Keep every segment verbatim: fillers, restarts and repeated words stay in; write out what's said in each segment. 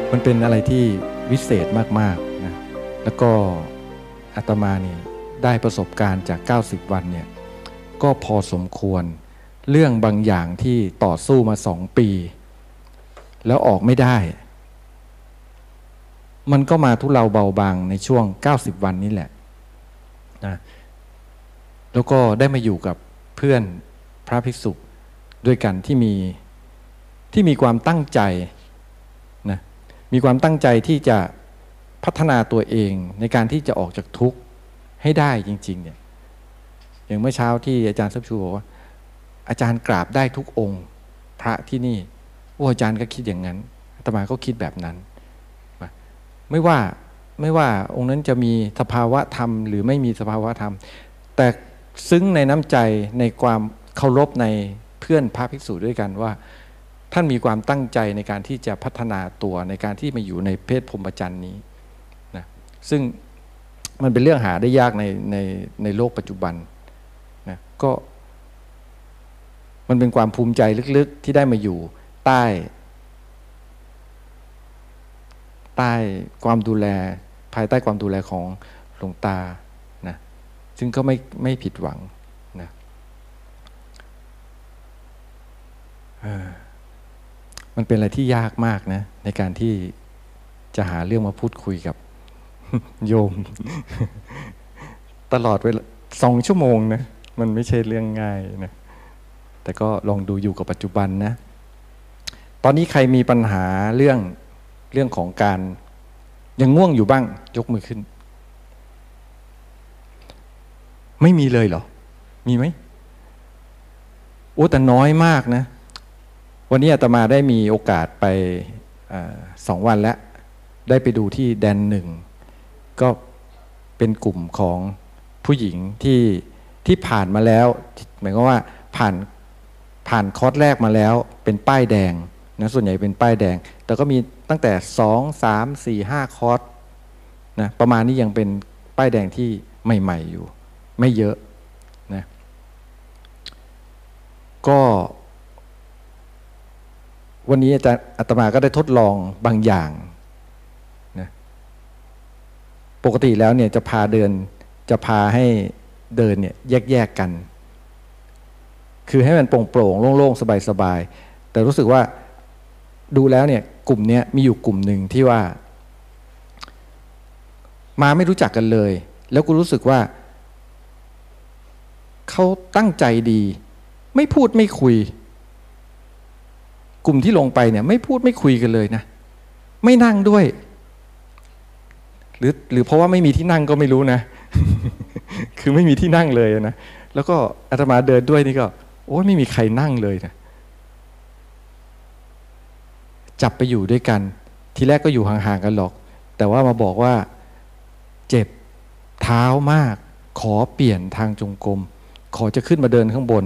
มันเป็นอะไรที่วิเศษมากๆนะแล้วก็อาตมานี่ได้ประสบการณ์จากเก้าสิบวันเนี่ยก็พอสมควรเรื่องบางอย่างที่ต่อสู้มาสองปีแล้วออกไม่ได้มันก็มาทุเลาเบาบางในช่วงเก้าสิบวันนี้แหละนะแล้วก็ได้มาอยู่กับเพื่อนพระภิกษุด้วยกันที่มีที่มีความตั้งใจนะมีความตั้งใจที่จะพัฒนาตัวเองในการที่จะออกจากทุกข์ให้ได้จริงๆเนี่ยอย่างเมื่อเช้าที่อาจารย์ซับชูบอกว่าอาจารย์กราบได้ทุกองค์พระที่นี่โอ้อาจารย์ก็คิดอย่างนั้นอาตมาก็คิดแบบนั้นไม่ว่าไม่ว่าองค์นั้นจะมีสภาวะธรรมหรือไม่มีสภาวะธรรมแต่ซึ้งในน้ำใจในความเคารพในเพื่อนพระภิกษุด้วยกันว่าท่านมีความตั้งใจในการที่จะพัฒนาตัวในการที่มาอยู่ในเพศพรหมจรรย์นี้นะซึ่งมันเป็นเรื่องหาได้ยากในในในโลกปัจจุบันนะก็มันเป็นความภูมิใจลึกๆที่ได้มาอยู่ใต้ใต้ความดูแลภายใต้ความดูแลของหลวงตานะซึ่งก็ไม่ไม่ผิดหวังนะมันเป็นอะไรที่ยากมากนะในการที่จะหาเรื่องมาพูดคุยกับโยม ตลอดเวลาสองชั่วโมงนะมันไม่ใช่เรื่องง่ายนะแต่ก็ลองดูอยู่กับปัจจุบันนะตอนนี้ใครมีปัญหาเรื่องเรื่องของการยังง่วงอยู่บ้างยกมือขึ้นไม่มีเลยเหรอมีไหมโอ้แต่น้อยมากนะวันนี้อาตมาได้มีโอกาสไปสองวันแล้วได้ไปดูที่แดนหนึ่งก็เป็นกลุ่มของผู้หญิงที่ที่ผ่านมาแล้วหมายความว่าผ่านผ่านคอร์สแรกมาแล้วเป็นป้ายแดงนะส่วนใหญ่เป็นป้ายแดงแต่ก็มีตั้งแต่สอง สาม สี่ ห้าคอร์สนะประมาณนี้ยังเป็นป้ายแดงที่ใหม่ๆอยู่ไม่เยอะนะก็วันนี้อาจารย์อาตมาก็ได้ทดลองบางอย่างนะปกติแล้วเนี่ยจะพาเดินจะพาให้เดินเนี่ยแยกๆกันคือให้มันโปร่งๆโล่งๆสบายๆแต่รู้สึกว่าดูแล้วเนี่ยกลุ่มนี้มีอยู่กลุ่มหนึ่งที่ว่ามาไม่รู้จักกันเลยแล้วกูรู้สึกว่าเขาตั้งใจดีไม่พูดไม่คุยกลุ่มที่ลงไปเนี่ยไม่พูดไม่คุยกันเลยนะไม่นั่งด้วยหรือหรือเพราะว่าไม่มีที่นั่งก็ไม่รู้นะ คือไม่มีที่นั่งเลยนะแล้วก็อาตมาเดินด้วยนี่ก็โอ้ยไม่มีใครนั่งเลยนะจับไปอยู่ด้วยกันทีแรกก็อยู่ห่างๆกันหรอกแต่ว่ามาบอกว่าเจ็บเท้ามากขอเปลี่ยนทางจงกรมขอจะขึ้นมาเดินข้างบน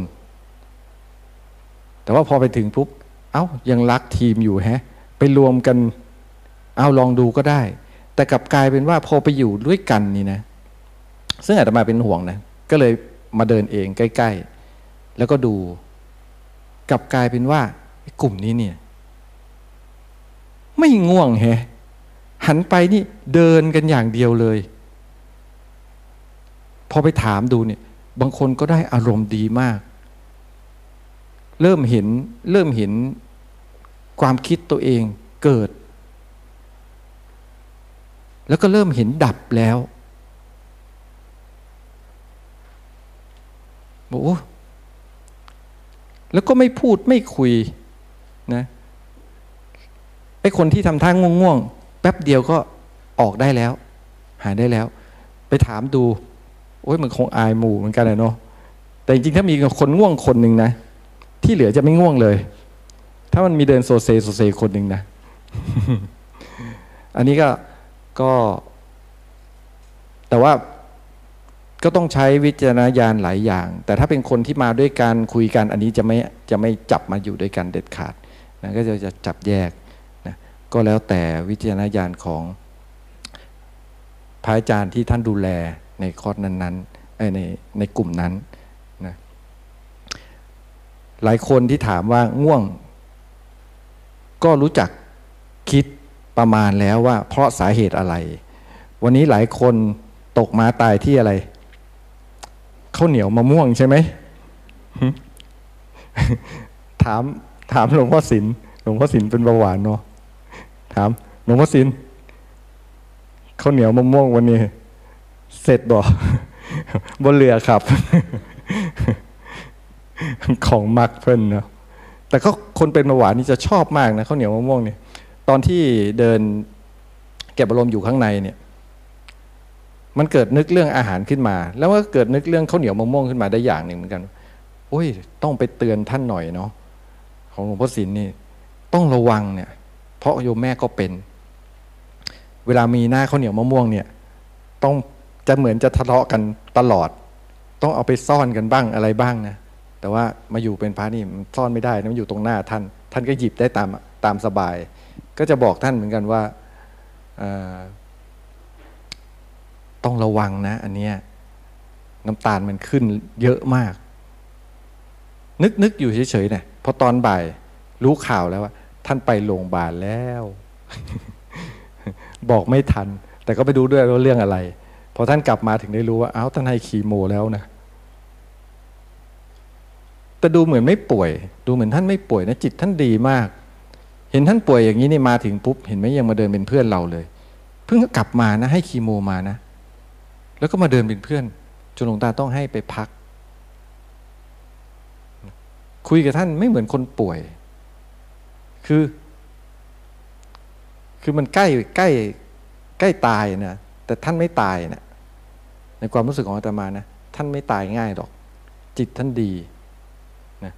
แต่ว่าพอไปถึงปุ๊บเอ้ายังรักทีมอยู่แฮะไปรวมกันเอาลองดูก็ได้แต่กลับกลายเป็นว่าพอไปอยู่ด้วยกันนี่นะซึ่งอาตมาเป็นห่วงนะก็เลยมาเดินเองใกล้ๆแล้วก็ดูกลับกลายเป็นว่ากลุ่มนี้เนี่ยไม่ง่วงแฮะหันไปนี่เดินกันอย่างเดียวเลยพอไปถามดูเนี่ยบางคนก็ได้อารมณ์ดีมากเริ่มเห็นเริ่มเห็นความคิดตัวเองเกิดแล้วก็เริ่มเห็นดับแล้วโอ้แล้วก็ไม่พูดไม่คุยนะไอ้คนที่ทำท่าง่วงๆแป๊บเดียวก็ออกได้แล้วหายได้แล้วไปถามดูโอ้ยมันคงอายหมู่เหมือนกันเลยเนาะแต่จริงๆถ้ามีคนง่วงคนหนึ่งนะที่เหลือจะไม่ง่วงเลยถ้ามันมีเดินโซเซโซเซคนหนึ่งนะ อันนี้ก็ก็แต่ว่าก็ต้องใช้วิจารณญาณหลายอย่างแต่ถ้าเป็นคนที่มาด้วยกันคุยกันอันนี้จะไม่จะไม่จับมาอยู่ด้วยกันเด็ดขาดนะก็จะจะจับแยกนะก็แล้วแต่วิจารณญาณของพระอาจารย์ที่ท่านดูแลในคอร์สนั้นๆในในกลุ่มนั้นนะหลายคนที่ถามว่าง่วงก็รู้จักคิดไปประมาณแล้วว่าเพราะสาเหตุอะไรวันนี้หลายคนตกม้าตายที่อะไรข้าวเหนียวมะม่วงใช่ไหม ถามถามหลวงพ่อศิลป์หลวงพ่อศิลป์เป็นเบาหวานเนาะถามหลวงพ่อศิลป์ข้าวเหนียวมะม่วงวันนี้เสร็จบ่ บนเรือครับ ของมักเพิ่นเนาะแต่ก็คนเป็นเบาหวานนี่จะชอบมากนะข้าวเหนียวมะม่วงเนี่ยตอนที่เดินเก็บอารมณ์อยู่ข้างในเนี่ยมันเกิดนึกเรื่องอาหารขึ้นมาแล้วก็เกิดนึกเรื่องข้าวเหนียวมะม่วงขึ้นมาได้อย่างหนึ่งเหมือนกันโอ้ยต้องไปเตือนท่านหน่อยเนาะของหลวงพ่อศิลป์นี่ต้องระวังเนี่ยเพราะโยมแม่ก็เป็นเวลามีหน้าข้าวเหนียวมะม่วงเนี่ยต้องจะเหมือนจะทะเลาะกันตลอดต้องเอาไปซ่อนกันบ้างอะไรบ้างนะแต่ว่ามาอยู่เป็นพระนี่มันซ่อนไม่ได้นะมันอยู่ตรงหน้าท่านท่านก็หยิบได้ตามตามสบายก็จะบอกท่านเหมือนกันว่าต้องระวังนะอันเนี้ยน้ำตาลมันขึ้นเยอะมากนึกนึกอยู่เฉยๆเนี่ยพอตอนบ่ายรู้ข่าวแล้วว่าท่านไปโรงพยาบาลแล้ว บอกไม่ทันแต่ก็ไปดูด้วยว่าเรื่องอะไรพอท่านกลับมาถึงได้รู้ว่าอ้าวท่านให้คีโมแล้วนะแต่ดูเหมือนไม่ป่วยดูเหมือนท่านไม่ป่วยนะจิตท่านดีมากเห็นท่านป่วยอย่างนี้นี่มาถึงปุ๊บเห็นไหมยังมาเดินเป็นเพื่อนเราเลยเพิ่งกลับมานะให้คีโมมานะแล้วก็มาเดินเป็นเพื่อนจนหลวงตาต้องให้ไปพักคุยกับท่านไม่เหมือนคนป่วยคือคือมันใกล้ใกล้ใกล้ตายนะแต่ท่านไม่ตายนะในความรู้สึกของอาตมานะท่านไม่ตายง่ายหรอกจิตท่านดีนะ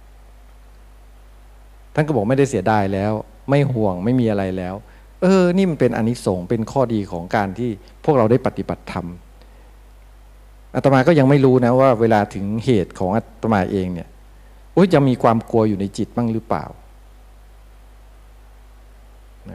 ท่านก็บอกไม่ได้เสียดายแล้วไม่ห่วงไม่มีอะไรแล้วเออนี่มันเป็นอานิสงส์เป็นข้อดีของการที่พวกเราได้ปฏิบัติธรรมอาตมาก็ยังไม่รู้นะว่าเวลาถึงเหตุของอาตมาเองเนี่ยโอ้ยจะมีความกลัวอยู่ในจิตบ้างหรือเปล่านะ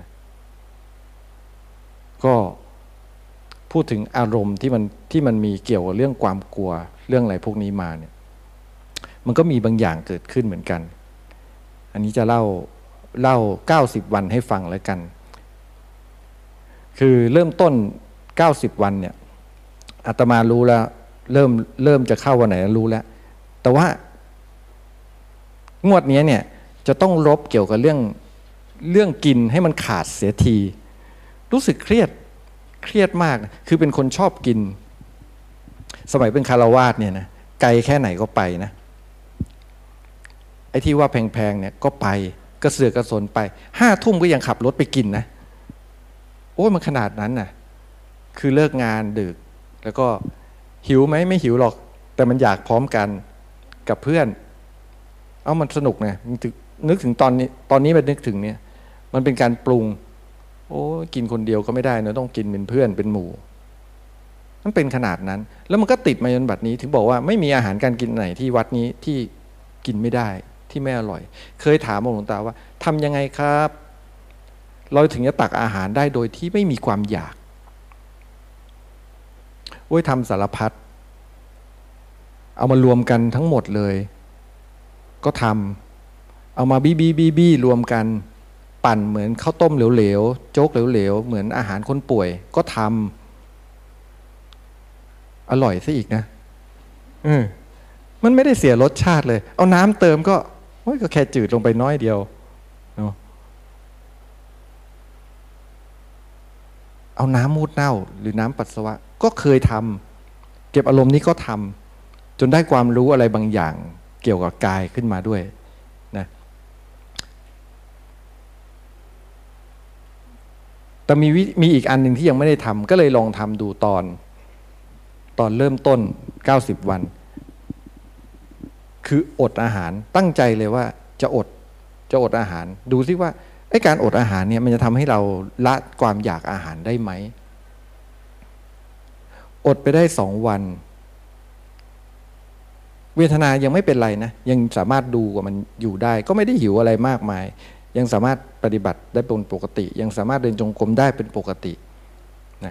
ก็พูดถึงอารมณ์ที่มันที่มันมีเกี่ยวกับเรื่องความกลัวเรื่องอะไรพวกนี้มาเนี่ยมันก็มีบางอย่างเกิดขึ้นเหมือนกันอันนี้จะเล่าเล่าเก้าสิบวันให้ฟังแล้วกันคือเริ่มต้นเก้าสิบวันเนี่ยอาตมารู้แล้วเริ่มเริ่มจะเข้าวันไหนรู้แล้วแต่ว่างวดนี้เนี่ยจะต้องลบเกี่ยวกับเรื่องเรื่องกินให้มันขาดเสียทีรู้สึกเครียดเครียดมากคือเป็นคนชอบกินสมัยเป็นคารวาสเนี่ยนะไกลแค่ไหนก็ไปนะไอ้ที่ว่าแพงๆเนี่ยก็ไปกระเสือกกระสนไปห้าทุ่มก็ยังขับรถไปกินนะโอ้มันขนาดนั้นน่ะคือเลิกงานดึกแล้วก็หิวไหมไม่หิวหรอกแต่มันอยากพร้อมกันกับเพื่อนเอามันสนุกไงนึกถึงตอนนี้ตอนนี้มันนึกถึงเนี่ยมันเป็นการปรุงโอ้กินคนเดียวก็ไม่ได้นะต้องกินเป็นเพื่อนเป็นหมู่มันเป็นขนาดนั้นแล้วมันก็ติดมาจนบัดนี้ถึงบอกว่าไม่มีอาหารการกินไหนที่วัดนี้ที่กินไม่ได้ที่ไม่อร่อยเคยถามหลวงตาว่าทำยังไงครับเราถึงจะตักอาหารได้โดยที่ไม่มีความอยากโอ้ยทำสารพัดเอามารวมกันทั้งหมดเลยก็ทำเอามาบี้บี้บี้บี้รวมกันปั่นเหมือนข้าวต้มเหลวๆโจ๊กเหลวๆเหมือนอาหารคนป่วยก็ทำอร่อยซะอีกนะเออมันไม่ได้เสียรสชาติเลยเอาน้ำเติมก็โอ้ยก็แค่จืดลงไปน้อยเดียวเนาะเอาน้ำมูดเน่าหรือน้ำปัสสาวะก็เคยทำเก็บอารมณ์นี้ก็ทำจนได้ความรู้อะไรบางอย่างเกี่ยวกับกายขึ้นมาด้วยนะแต่มีมีอีกอันหนึ่งที่ยังไม่ได้ทำก็เลยลองทำดูตอนตอนเริ่มต้นเก้าสิบวันคืออดอาหารตั้งใจเลยว่าจะอดจะอดอาหารดูซิว่าไอ้การอดอาหารเนี่ยมันจะทำให้เราละความอยากอาหารได้ไหมอดไปได้สองวันเวทนายังไม่เป็นไรนะยังสามารถดูว่ามันอยู่ได้ก็ไม่ได้หิวอะไรมากมายยังสามารถปฏิบัติได้เป็นปกติยังสามารถเดินจงกรมได้เป็นปกตินะ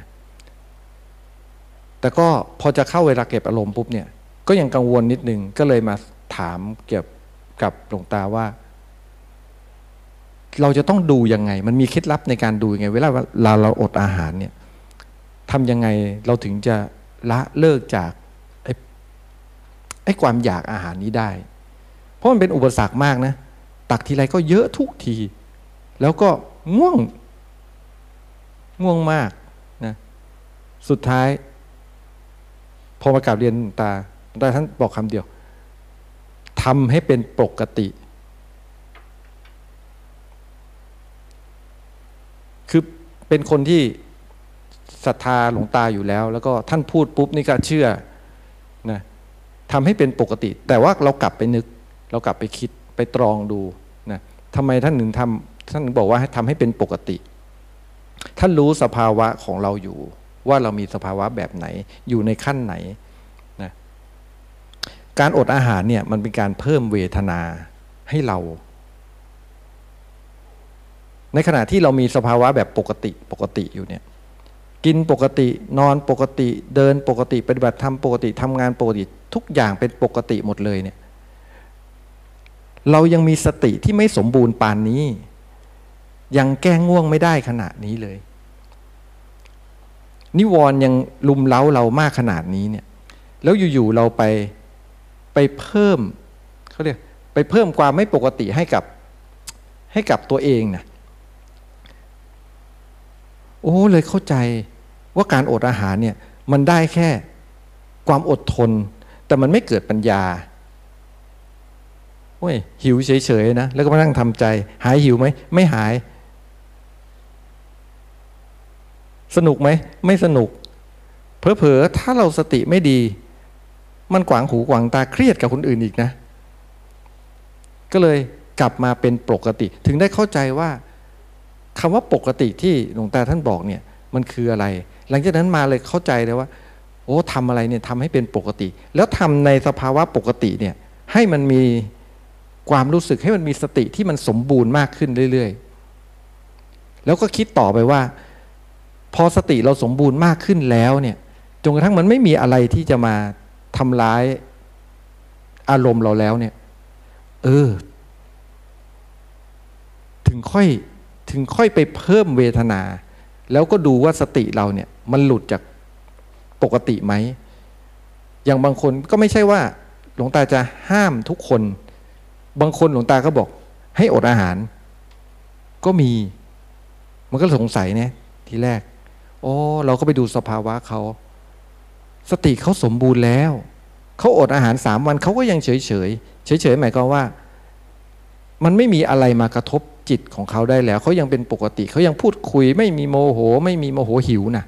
แต่ก็พอจะเข้าเวลาเก็บอารมณ์ปุ๊บเนี่ยก็ยังกังวลนิดนึงก็เลยมาถามเกี่ยวกับหลวงตาว่าเราจะต้องดูยังไงมันมีเคล็ดลับในการดูยังไงเวลาเราเราอดอาหารเนี่ยทำยังไงเราถึงจะละเลิกจากไอ้ไอ้ความอยากอาหารนี้ได้เพราะมันเป็นอุปสรรคมากนะตักทีไรก็เยอะทุกทีแล้วก็ง่วงง่วงมากนะสุดท้ายพอมากราบเรียนตาตาท่านบอกคำเดียวทำให้เป็นปกติคือเป็นคนที่ศรัทธาหลวงตาอยู่แล้วแล้วก็ท่านพูดปุ๊บนี่ก็เชื่อนะทำให้เป็นปกติแต่ว่าเรากลับไปนึกเรากลับไปคิดไปตรองดูนะทำไมท่านถึงทำท่านถึงบอกว่าให้ทำให้เป็นปกติท่านรู้สภาวะของเราอยู่ว่าเรามีสภาวะแบบไหนอยู่ในขั้นไหนนะการอดอาหารเนี่ยมันเป็นการเพิ่มเวทนาให้เราในขณะที่เรามีสภาวะแบบปกติปกติอยู่เนี่ยกินปกตินอนปกติเดินปกติปฏิบัติธรรมปกติทำงานปกติทุกอย่างเป็นปกติหมดเลยเนี่ยเรายังมีสติที่ไม่สมบูรณ์ปานนี้ยังแก้ง่วงไม่ได้ขนาดนี้เลยนิวรณ์ยังลุมเล้าเรามากขนาดนี้เนี่ยแล้วอยู่ๆเราไปไปเพิ่มเขาเรียกไปเพิ่มความไม่ปกติให้กับให้กับตัวเองนะโอ้เลยเข้าใจว่าการอดอาหารเนี่ยมันได้แค่ความอดทนแต่มันไม่เกิดปัญญาโอ้ยหิวเฉยๆนะแล้วก็มานั่งทำใจหายหิวไหมไม่หายสนุกไหมไม่สนุกเผลอๆถ้าเราสติไม่ดีมันขวางหูขวางตาเครียดกับคนอื่นอีกนะก็เลยกลับมาเป็นปกติถึงได้เข้าใจว่าคำว่าปกติที่หลวงตาท่านบอกเนี่ยมันคืออะไรหลังจากนั้นมาเลยเข้าใจเลยว่าโอ้ทำอะไรเนี่ยทำให้เป็นปกติแล้วทำในสภาวะปกติเนี่ยให้มันมีความรู้สึกให้มันมีสติที่มันสมบูรณ์มากขึ้นเรื่อยๆแล้วก็คิดต่อไปว่าพอสติเราสมบูรณ์มากขึ้นแล้วเนี่ยจนกระทั่งมันไม่มีอะไรที่จะมาทำร้ายอารมณ์เราแล้วเนี่ยเออถึงค่อยถึงค่อยไปเพิ่มเวทนาแล้วก็ดูว่าสติเราเนี่ยมันหลุดจากปกติไหมอย่างบางคนก็ไม่ใช่ว่าหลวงตาจะห้ามทุกคนบางคนหลวงตาก็บอกให้อดอาหารก็มีมันก็สงสัยเนี่ยทีแรกโอ้เราก็ไปดูสภาวะเขาสติเขาสมบูรณ์แล้วเขาอดอาหารสามวันเขาก็ยังเฉยเฉยเฉยเฉยหมายความว่ามันไม่มีอะไรมากระทบจิตของเขาได้แล้วเขายังเป็นปกติเขายังพูดคุยไม่มีโมโหไม่มีโมโหหิวนะ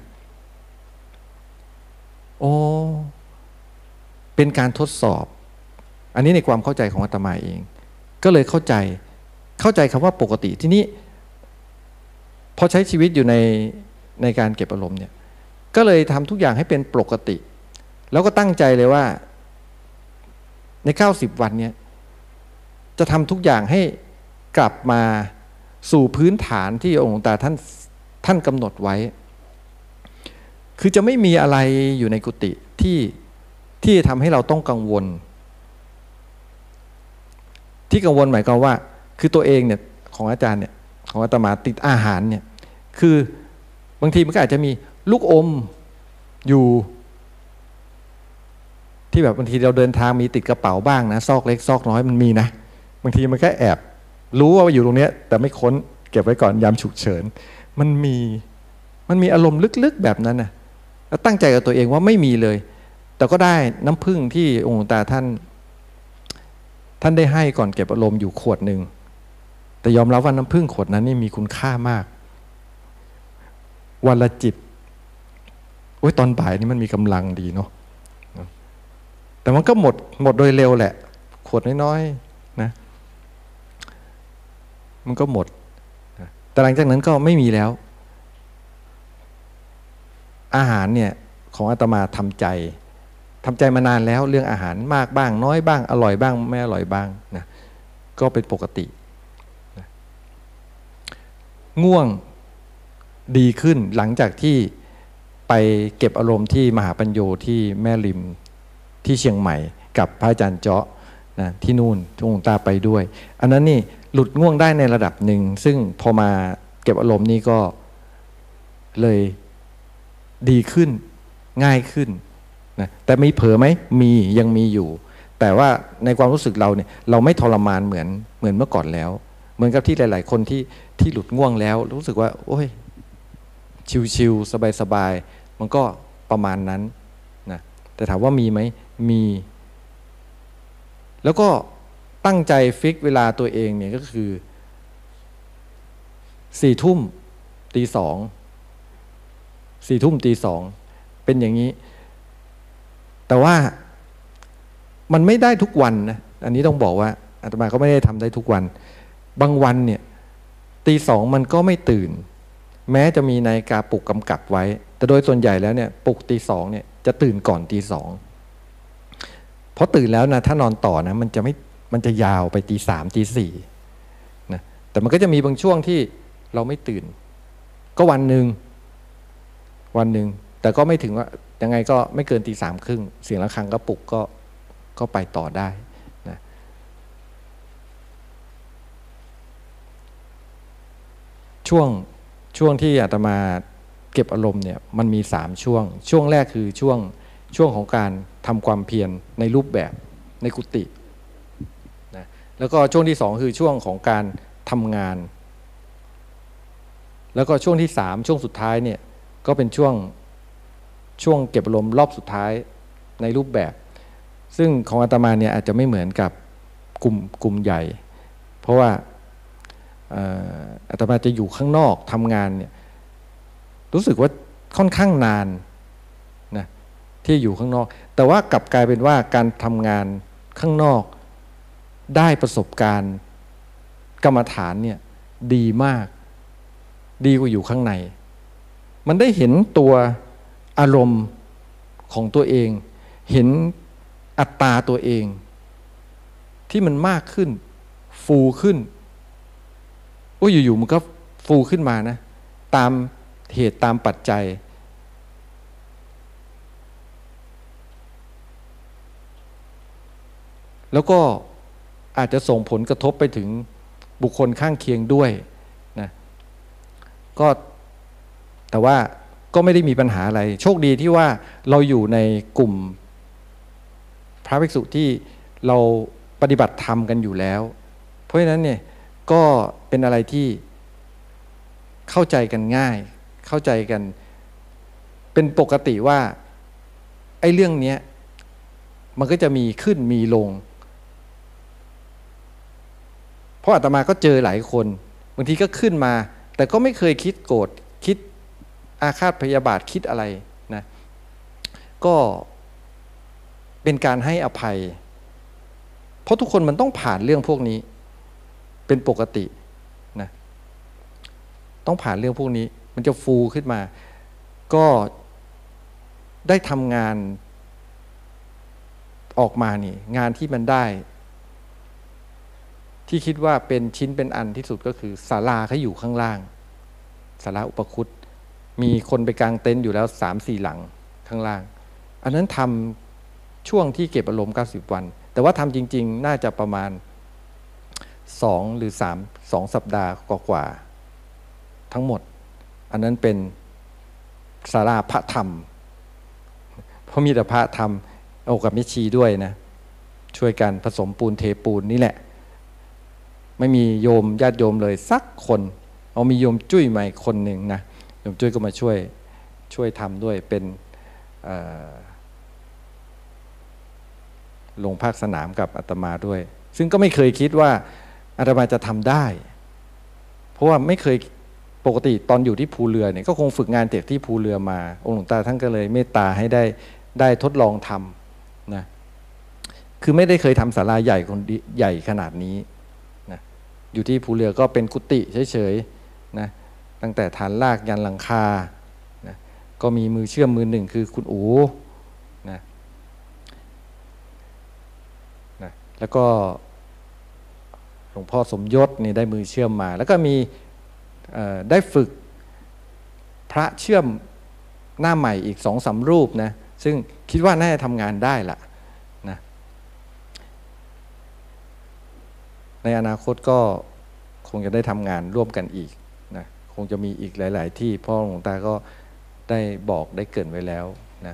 โอ้เป็นการทดสอบอันนี้ในความเข้าใจของอาตมาเองก็เลยเข้าใจเข้าใจคำว่าปกติทีนี้พอใช้ชีวิตอยู่ในในการเก็บอารมณ์เนี่ยก็เลยทำทุกอย่างให้เป็นปกติแล้วก็ตั้งใจเลยว่าในเก้าสิบวันเนี่ยจะทำทุกอย่างให้กลับมาสู่พื้นฐานที่องค์หลวงตาท่านท่านกำหนดไว้คือจะไม่มีอะไรอยู่ในกุฏิที่ที่ทำให้เราต้องกังวลที่กังวลหมายความว่าคือตัวเองเนี่ยของอาจารย์เนี่ยของอาตมาติดอาหารเนี่ยคือบางทีมันก็อาจจะมีลูกอมอยู่ที่แบบบางทีเราเดินทางมีติดกระเป๋าบ้างนะซอกเล็กซอกน้อยมันมีนะบางทีมันก็แอบรู้ว่าอยู่ตรงนี้แต่ไม่ค้นเก็บไว้ก่อนยามฉุกเฉินมันมีมันมีอารมณ์ลึกๆแบบนั้นนะแล้วตั้งใจกับตัวเองว่าไม่มีเลยแต่ก็ได้น้ำผึ้งที่องค์หลวงตาท่านท่านได้ให้ก่อนเก็บอารมณ์อยู่ขวดหนึ่งแต่ยอมรับว่าน้ำผึ้งขวดนั้นนี่มีคุณค่ามากวันละจิบโอ้ยตอนบ่ายนี่มันมีกำลังดีเนาะแต่มันก็หมดหมดโดยเร็วแหละขวดน้อยๆนะมันก็หมดแต่หลังจากนั้นก็ไม่มีแล้วอาหารเนี่ยของอาตมาทำใจทำใจมานานแล้วเรื่องอาหารมากบ้างน้อยบ้างอร่อยบ้างไม่อร่อยบ้างนะก็เป็นปกตินะง่วงดีขึ้นหลังจากที่ไปเก็บอารมณ์ที่มหาปัญโยที่แม่ริมที่เชียงใหม่กับพระอาจารย์เจาะนะที่นู่นที่องค์ตาไปด้วยอันนั้นนี่หลุดง่วงได้ในระดับหนึ่งซึ่งพอมาเก็บอารมณ์นี่ก็เลยดีขึ้นง่ายขึ้นนะแต่มีเผลอไหมมียังมีอยู่แต่ว่าในความรู้สึกเราเนี่ยเราไม่ทรมานเหมือนเหมือนเมื่อก่อนแล้วเหมือนกับที่หลายๆคนที่ที่หลุดง่วงแล้วรู้สึกว่าโอ้ยชิวๆสบายๆมันก็ประมาณนั้นนะแต่ถามว่ามีไหมมีแล้วก็ตั้งใจฟิกเวลาตัวเองเนี่ยก็คือสี่ทุ่มตีสองสี่ทุ่มตีสองเป็นอย่างนี้แต่ว่ามันไม่ได้ทุกวันนะอันนี้ต้องบอกว่าอาตมาก็ไม่ได้ทำได้ทุกวันบางวันเนี่ยตีสองมันก็ไม่ตื่นแม้จะมีนาฬิกาปลุกกำกับไว้แต่โดยส่วนใหญ่แล้วเนี่ยปลุกตีสองเนี่ยจะตื่นก่อนตีสองเพราะตื่นแล้วนะถ้านอนต่อนะมันจะไม่มันจะยาวไปตีสามตีสี่นะแต่มันก็จะมีบางช่วงที่เราไม่ตื่นก็วันหนึ่งวันหนึ่งแต่ก็ไม่ถึงว่ายังไงก็ไม่เกินตีสามครึ่งเสียงระฆังก็ปลุกก็ก็ไปต่อได้นะช่วงช่วงที่อาตมาเก็บอารมณ์เนี่ยมันมีสามช่วงช่วงแรกคือช่วงช่วงของการทำความเพียรในรูปแบบในกุฏินะแล้วก็ช่วงที่สองคือช่วงของการทำงานแล้วก็ช่วงที่สามช่วงสุดท้ายเนี่ยก็เป็นช่วงช่วงเก็บอารมณ์รอบสุดท้ายในรูปแบบซึ่งของอาตมาเนี่ยอาจจะไม่เหมือนกับกลุ่มกลุ่มใหญ่เพราะว่าอาตมาจะอยู่ข้างนอกทำงานเนี่ยรู้สึกว่าค่อนข้างนานนะที่อยู่ข้างนอกแต่ว่ากลับกลายเป็นว่าการทำงานข้างนอกได้ประสบการณ์กรรมฐานเนี่ยดีมากดีกว่าอยู่ข้างในมันได้เห็นตัวอารมณ์ของตัวเองเห็นอัตตาตัวเองที่มันมากขึ้นฟูขึ้นโอ้ยอยู่ๆมันก็ฟูขึ้นมานะตามเหตุตามปัจจัยแล้วก็อาจจะส่งผลกระทบไปถึงบุคคลข้างเคียงด้วยนะก็แต่ว่าก็ไม่ได้มีปัญหาอะไรโชคดีที่ว่าเราอยู่ในกลุ่มพระภิกษุที่เราปฏิบัติธรรมกันอยู่แล้วเพราะฉะนั้นเนี่ยก็เป็นอะไรที่เข้าใจกันง่ายเข้าใจกันเป็นปกติว่าไอ้เรื่องนี้มันก็จะมีขึ้นมีลงเพราะอาตมาก็เจอหลายคนบางทีก็ขึ้นมาแต่ก็ไม่เคยคิดโกรธคิดอาฆาตพยาบาทคิดอะไรนะก็เป็นการให้อภัยเพราะทุกคนมันต้องผ่านเรื่องพวกนี้เป็นปกตินะต้องผ่านเรื่องพวกนี้มันจะฟูขึ้นมาก็ได้ทำงานออกมานี่งานที่มันได้ที่คิดว่าเป็นชิ้นเป็นอันที่สุดก็คือศาลาเขาอยู่ข้างล่างศาลาอุปคุตมีคนไปกางเต็นท์อยู่แล้ว สามสี่ หลังข้างล่างอันนั้นทำช่วงที่เก็บอารมณ์เก้าสิบวันแต่ว่าทำจริงๆน่าจะประมาณสองหรือสาม สองสัปดาห์กว่าๆทั้งหมดอันนั้นเป็นศาลาพระธรรมเพราะมีแต่พระธรรมเอากับมิชีด้วยนะช่วยกันผสมปูนเทปูนนี่แหละไม่มีโยมญาติโยมเลยสักคนเอามีโยมจุ้ยมาอีกคนหนึ่งนะโยมจุ้ยก็มาช่วยช่วยทำด้วยเป็นลงภาคสนามกับอาตมาด้วยซึ่งก็ไม่เคยคิดว่าอาตมาจะทำได้เพราะว่าไม่เคยปกติตอนอยู่ที่ภูเรือเนี่ยก็คงฝึกงานเด็กที่ภูเรือมาองค์หลวงตาท่านก็เลยเมตตาให้ได้ได้ทดลองทำนะคือไม่ได้เคยทำศาลาใหญ่คนใหญ่ขนาดนี้นะอยู่ที่ภูเรือก็เป็นกุฏิเฉยๆนะตั้งแต่ฐานรากยันหลังคานะก็มีมือเชื่อมมือหนึ่งคือคุณอู๋นะนะแล้วก็หลวงพ่อสมยศนี่ได้มือเชื่อมมาแล้วก็มีได้ฝึกพระเชื่อมหน้าใหม่อีกสองสามรูปนะซึ่งคิดว่าน่าจะทำงานได้ละนะในอนาคตก็คงจะได้ทำงานร่วมกันอีกนะคงจะมีอีกหลายๆที่เพราะหลวงตาก็ได้บอกได้เกริ่นไว้แล้วนะ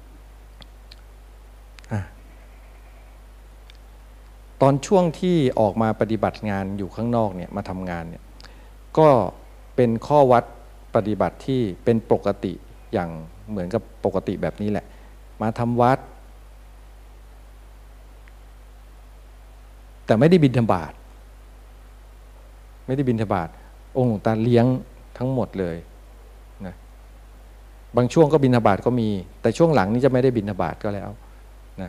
ตอนช่วงที่ออกมาปฏิบัติงานอยู่ข้างนอกเนี่ยมาทำงานเนี่ยก็เป็นข้อวัดปฏิบัติที่เป็นปกติอย่างเหมือนกับปกติแบบนี้แหละมาทำวัดแต่ไม่ได้บิณฑบาตไม่ได้บิณฑบาตองค์หลวงตาเลี้ยงทั้งหมดเลยนะบางช่วงก็บิณฑบาตก็มีแต่ช่วงหลังนี้จะไม่ได้บิณฑบาตก็แล้วนะ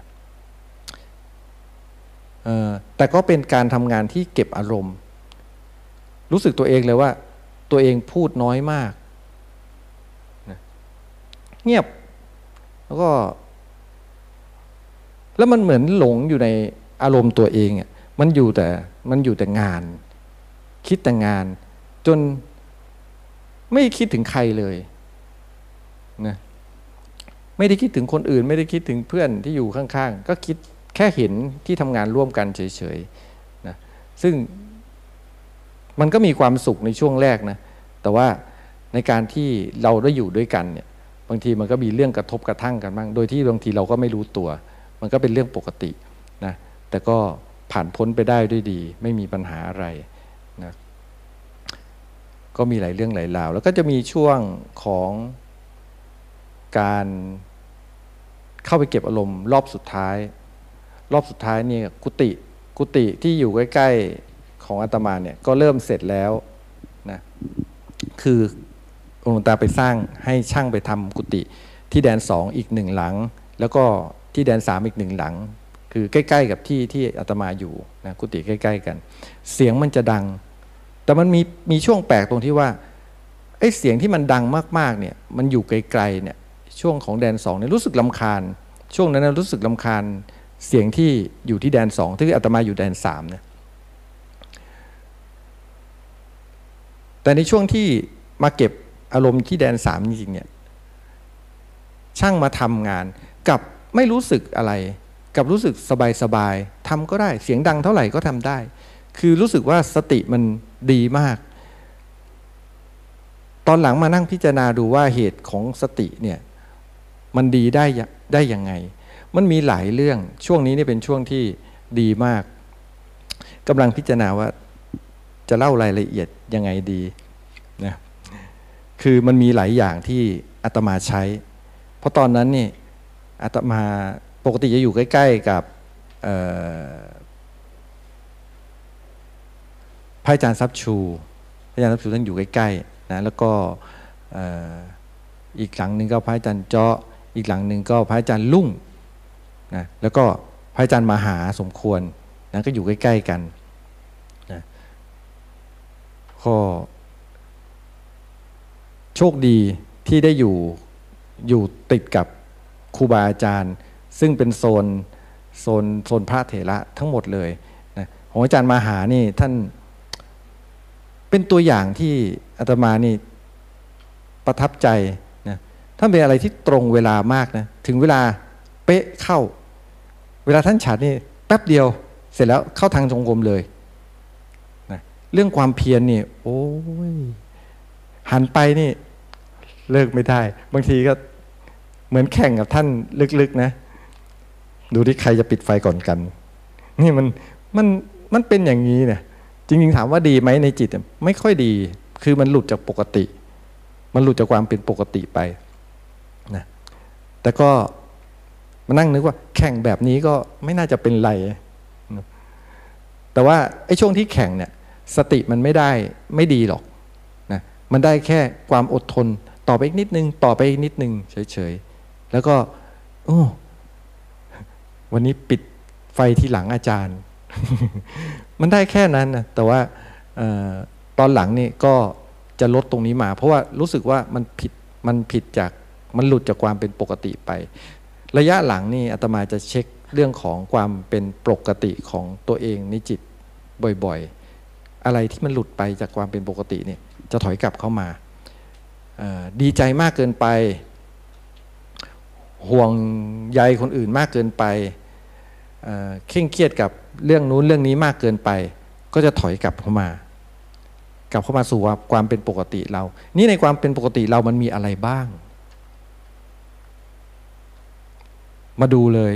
แต่ก็เป็นการทำงานที่เก็บอารมณ์รู้สึกตัวเองเลยว่าตัวเองพูดน้อยมากนะเงียบแล้วก็แล้วมันเหมือนหลงอยู่ในอารมณ์ตัวเองอ่ะมันอยู่แต่มันอยู่แต่งานคิดแต่งานจนไม่คิดถึงใครเลยนะไม่ได้คิดถึงคนอื่นไม่ได้คิดถึงเพื่อนที่อยู่ข้างๆก็คิดแค่เห็นที่ทำงานร่วมกันเฉยๆนะซึ่งมันก็มีความสุขในช่วงแรกนะแต่ว่าในการที่เราได้อยู่ด้วยกันเนี่ยบางทีมันก็มีเรื่องกระทบกระทั่งกันบ้างโดยที่บางทีเราก็ไม่รู้ตัวมันก็เป็นเรื่องปกตินะแต่ก็ผ่านพ้นไปได้ด้วยดีไม่มีปัญหาอะไรนะก็มีหลายเรื่องหลายราวแล้วก็จะมีช่วงของการเข้าไปเก็บอารมณ์รอบสุดท้ายรอบสุดท้ายนี่กุฏิกุฏิที่อยู่ใกล้ๆของอาตมาเนี่ยก็เริ่มเสร็จแล้วนะคือหลวงตาไปสร้างให้ช่างไปทำกุฏิที่แดนสองอีกหนึ่งหลังแล้วก็ที่แดนสามอีกหนึ่งหลังคือใกล้ๆกับที่ที่อาตมาอยู่นะกุฏิใกล้ๆกันเสียงมันจะดังแต่มันมีมีช่วงแปลกตรงที่ว่าไอ้เสียงที่มันดังมากๆเนี่ยมันอยู่ไกลๆเนี่ยช่วงของแดนสองเนี่ยรู้สึกรำคาญช่วงนั้นรู้สึกรำคาญเสียงที่อยู่ที่แดนสองที่อาตมาอยู่แดนสามเนี่ยแต่ในช่วงที่มาเก็บอารมณ์ที่แดนสามจริงๆเนี่ยช่างมาทำงานกับไม่รู้สึกอะไรกับรู้สึกสบายๆทำก็ได้เสียงดังเท่าไหร่ก็ทำได้คือรู้สึกว่าสติมันดีมากตอนหลังมานั่งพิจารณาดูว่าเหตุของสติเนี่ยมันดีได้ได้ยังไงมันมีหลายเรื่องช่วงนี้นี่เป็นช่วงที่ดีมากกำลังพิจารณาว่าจะเล่ารายละเอียดยังไงดีนะคือมันมีหลายอย่างที่อาตมาใช้เพราะตอนนั้นนี่อาตมาปกติจะอยู่ใกล้ๆกับพระอาจารย์ทรัพย์ชูพระอาจารย์ทรัพย์ชูท่านอยู่ใกล้ๆนะแล้วก็อีกหลังหนึ่งก็พระอาจารย์เจาะอีกหลังหนึ่งก็พระอาจารย์ลุ่งนะแล้วก็พระอาจารย์มหาสมควรนะก็อยู่ใกล้ๆกันนะก็โชคดีที่ได้อยู่อยู่ติดกับครูบาอาจารย์ซึ่งเป็นโซนโซนโซนพระเถระทั้งหมดเลยนะของอาจารย์มหานี่ท่านเป็นตัวอย่างที่อาตมานี่ประทับใจนะท่านเป็นอะไรที่ตรงเวลามากนะถึงเวลาเป๊ะเข้าเวลาท่านฉันนี่แป๊บเดียวเสร็จแล้วเข้าทางจงกรมเลยนะเรื่องความเพียรนี่โอ้ยหันไปนี่เลิกไม่ได้บางทีก็เหมือนแข่งกับท่านลึกๆนะดูที่ใครจะปิดไฟก่อนกันนี่มันมันมันเป็นอย่างนี้เนี่ยจริงๆถามว่าดีไหมในจิตไม่ค่อยดีคือมันหลุดจากปกติมันหลุดจากความเป็นปกติไปนะแต่ก็มานั่งนึกว่าแข่งแบบนี้ก็ไม่น่าจะเป็นไรนะแต่ว่าไอ้ช่วงที่แข่งเนี่ยสติมันไม่ได้ไม่ดีหรอกนะมันได้แค่ความอดทนต่อไปอีกนิดนึงต่อไปอีกนิดนึงเฉยๆแล้วก็โอ้วันนี้ปิดไฟที่หลังอาจารย์ มันได้แค่นั้นนะแต่ว่าตอนหลังนี่ก็จะลดตรงนี้มาเพราะว่ารู้สึกว่ามันผิดมันผิดจากมันหลุดจากความเป็นปกติไประยะหลังนี่อาตมาจะเช็คเรื่องของความเป็นปกติของตัวเองในจิตบ่อยๆอะไรที่มันหลุดไปจากความเป็นปกติเนี่ยจะถอยกลับเข้ามาดีใจมากเกินไปห่วงใยคนอื่นมากเกินไปเคร่งเครียดกับเรื่องนู้นเรื่องนี้มากเกินไปก็จะถอยกลับเข้ามากลับเข้ามาสู่ความเป็นปกติเรานี่ในความเป็นปกติเรามันมีอะไรบ้างมาดูเลย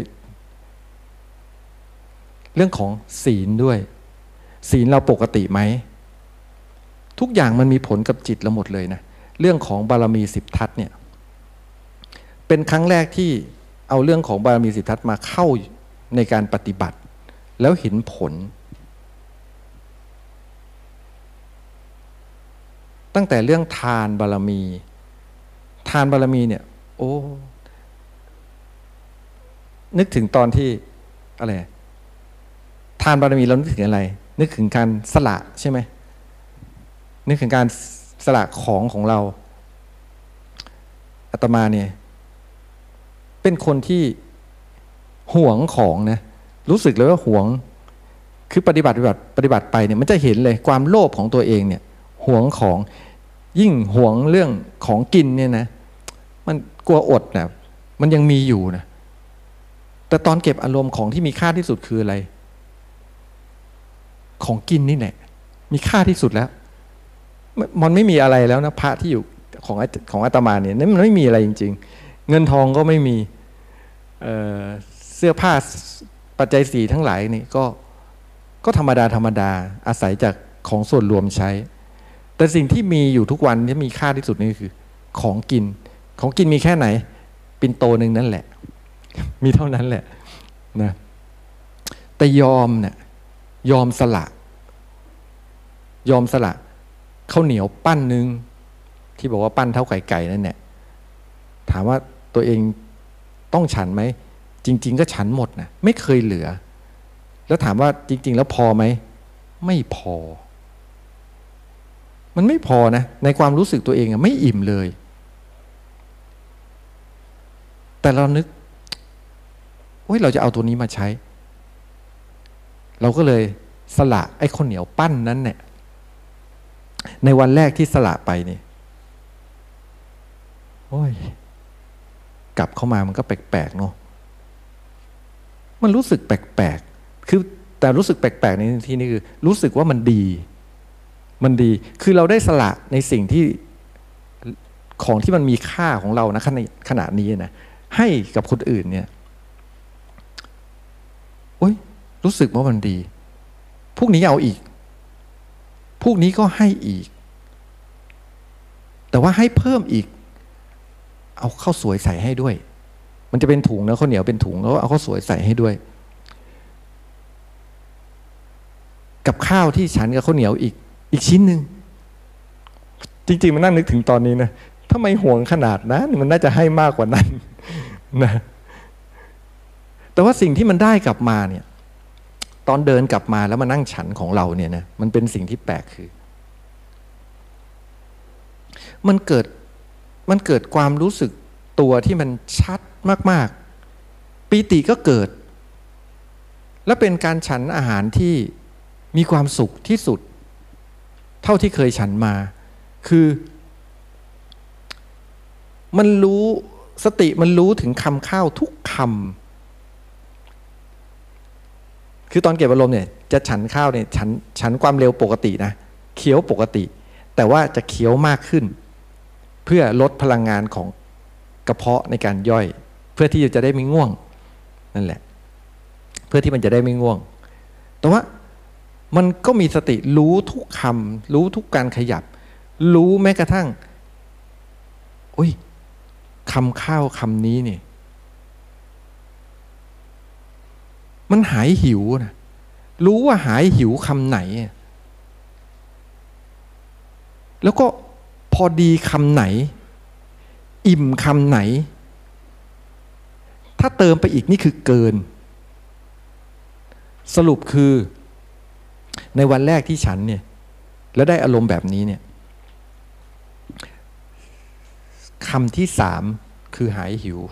เรื่องของศีลด้วยศีลเราปกติไหมทุกอย่างมันมีผลกับจิตเราหมดเลยนะเรื่องของบารมีสิบทัศน์เนี่ยเป็นครั้งแรกที่เอาเรื่องของบารมีสิบทัศน์มาเข้าในการปฏิบัติแล้วเห็นผลตั้งแต่เรื่องทานบารมีทานบารมีเนี่ยโอ้นึกถึงตอนที่อะไรทานบารมีเรานึกถึงอะไรนึกถึงการสละใช่ไหมนึกถึงการสละของของเราอาตมาเนี่ยเป็นคนที่หวงของนะรู้สึกเลยว่าหวงคือปฏิบัติปฏิบัติปฏิบัติไปเนี่ยมันจะเห็นเลยความโลภของตัวเองเนี่ยหวงของยิ่งหวงเรื่องของกินเนี่ยนะมันกลัวอดนะมันยังมีอยู่นะแต่ตอนเก็บอารมณ์ของที่มีค่าที่สุดคืออะไรของกินนี่แหละมีค่าที่สุดแล้วมันไม่มีอะไรแล้วนะพระที่อยู่ของของอาตมาเนี่ยมันไม่มีอะไรจริงๆเงินทองก็ไม่มี เอ่อ เสื้อผ้าปัจจัยสี่ทั้งหลายนี่ก็ก็ธรรมดาธรรมดาอาศัยจากของส่วนรวมใช้แต่สิ่งที่มีอยู่ทุกวันที่มีค่าที่สุดนี่คือของกินของกินมีแค่ไหนปิ่นโตนึงนั่นแหละมีเท่านั้นแหละนะแต่ยอมเนี่ยยอมสละยอมสละข้าวเหนียวปั้นนึงที่บอกว่าปั้นเท่าไก่ไก่นั่นแหละถามว่าตัวเองต้องฉันไหมจริงๆก็ฉันหมดนะไม่เคยเหลือแล้วถามว่าจริงๆแล้วพอไหมไม่พอมันไม่พอนะในความรู้สึกตัวเองอะไม่อิ่มเลยแต่เรานึกโอ้ยเราจะเอาตัวนี้มาใช้เราก็เลยสละไอ้ข้าวเหนียวปั้นนั้นเนี่ยในวันแรกที่สละไปนี่โอ้ยกลับเข้ามามันก็แปลกๆเนาะมันรู้สึกแปลกๆคือแต่รู้สึกแปลกๆในที่นี้คือรู้สึกว่ามันดีมันดีคือเราได้สละในสิ่งที่ของที่มันมีค่าของเรานะขณะนี้นะให้กับคนอื่นเนี่ยโอ้ยรู้สึกว่ามันดีพวกนี้เอาอีกพวกนี้ก็ให้อีกแต่ว่าให้เพิ่มอีกเอาข้าวสวยใส่ให้ด้วยมันจะเป็นถุงนะข้าวเหนียวเป็นถุงแล้วเอาข้าวสวยใส่ให้ด้วยกับข้าวที่ฉันกับข้าวเหนียวอีกอีกชิ้นหนึ่งจริงๆมันนั่งนึกถึงตอนนี้นะทำไมห่วงขนาดนั้นมันน่าจะให้มากกว่านั้นนะแต่ว่าสิ่งที่มันได้กลับมาเนี่ยตอนเดินกลับมาแล้วมานั่งฉันของเราเนี่ยนะมันเป็นสิ่งที่แปลกคือมันเกิดมันเกิดความรู้สึกตัวที่มันชัดมากๆปีติก็เกิดและเป็นการฉันอาหารที่มีความสุขที่สุดเท่าที่เคยฉันมาคือมันรู้สติมันรู้ถึงคำข้าวทุกคำคือตอนเก็บอารมณ์เนี่ยจะฉันข้าวเนี่ยฉันฉันความเร็วปกตินะเคี้ยวปกติแต่ว่าจะเคี้ยวมากขึ้นเพื่อลดพลังงานของกระเพาะในการย่อยเพื่อที่จะได้ไม่ง่วงนั่นแหละเพื่อที่มันจะได้ไม่ง่วงแต่ว่ามันก็มีสติรู้ทุกคำรู้ทุกการขยับรู้แม้กระทั่งโอ้ยคำข้าวคำนี้นี่มันหายหิวนะรู้ว่าหายหิวคำไหนแล้วก็พอดีคำไหนอิ่มคำไหนถ้าเติมไปอีกนี่คือเกินสรุปคือในวันแรกที่ฉันเนี่ยแล้วได้อารมณ์แบบนี้เนี่ยคำที่สามคือหายหิว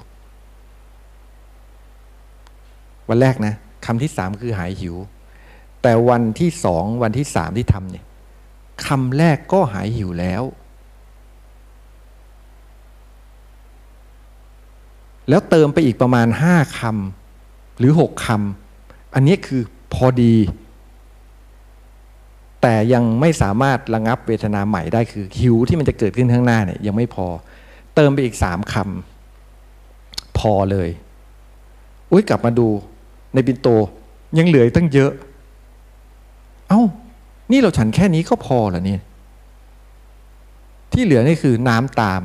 วันแรกนะคำที่สามคือหายหิวแต่วันที่สองวันที่สามที่ทำเนี่ยคำแรกก็หายหิวแล้วแล้วเติมไปอีกประมาณห้าคำหรือหกคำอันนี้คือพอดีแแต่ยังไม่สามารถระงับเวทนาใหม่ได้คือหิวที่มันจะเกิดขึ้นข้างหน้าเนี่ยยังไม่พอเติมไปอีกสามคำพอเลยอุ้ยกลับมาดูในปิ่นโตยังเหลือตั้งเยอะเอ้านี่เราฉันแค่นี้ก็พอเหรอเนี่ยที่เหลือนี่คือน้ำตาม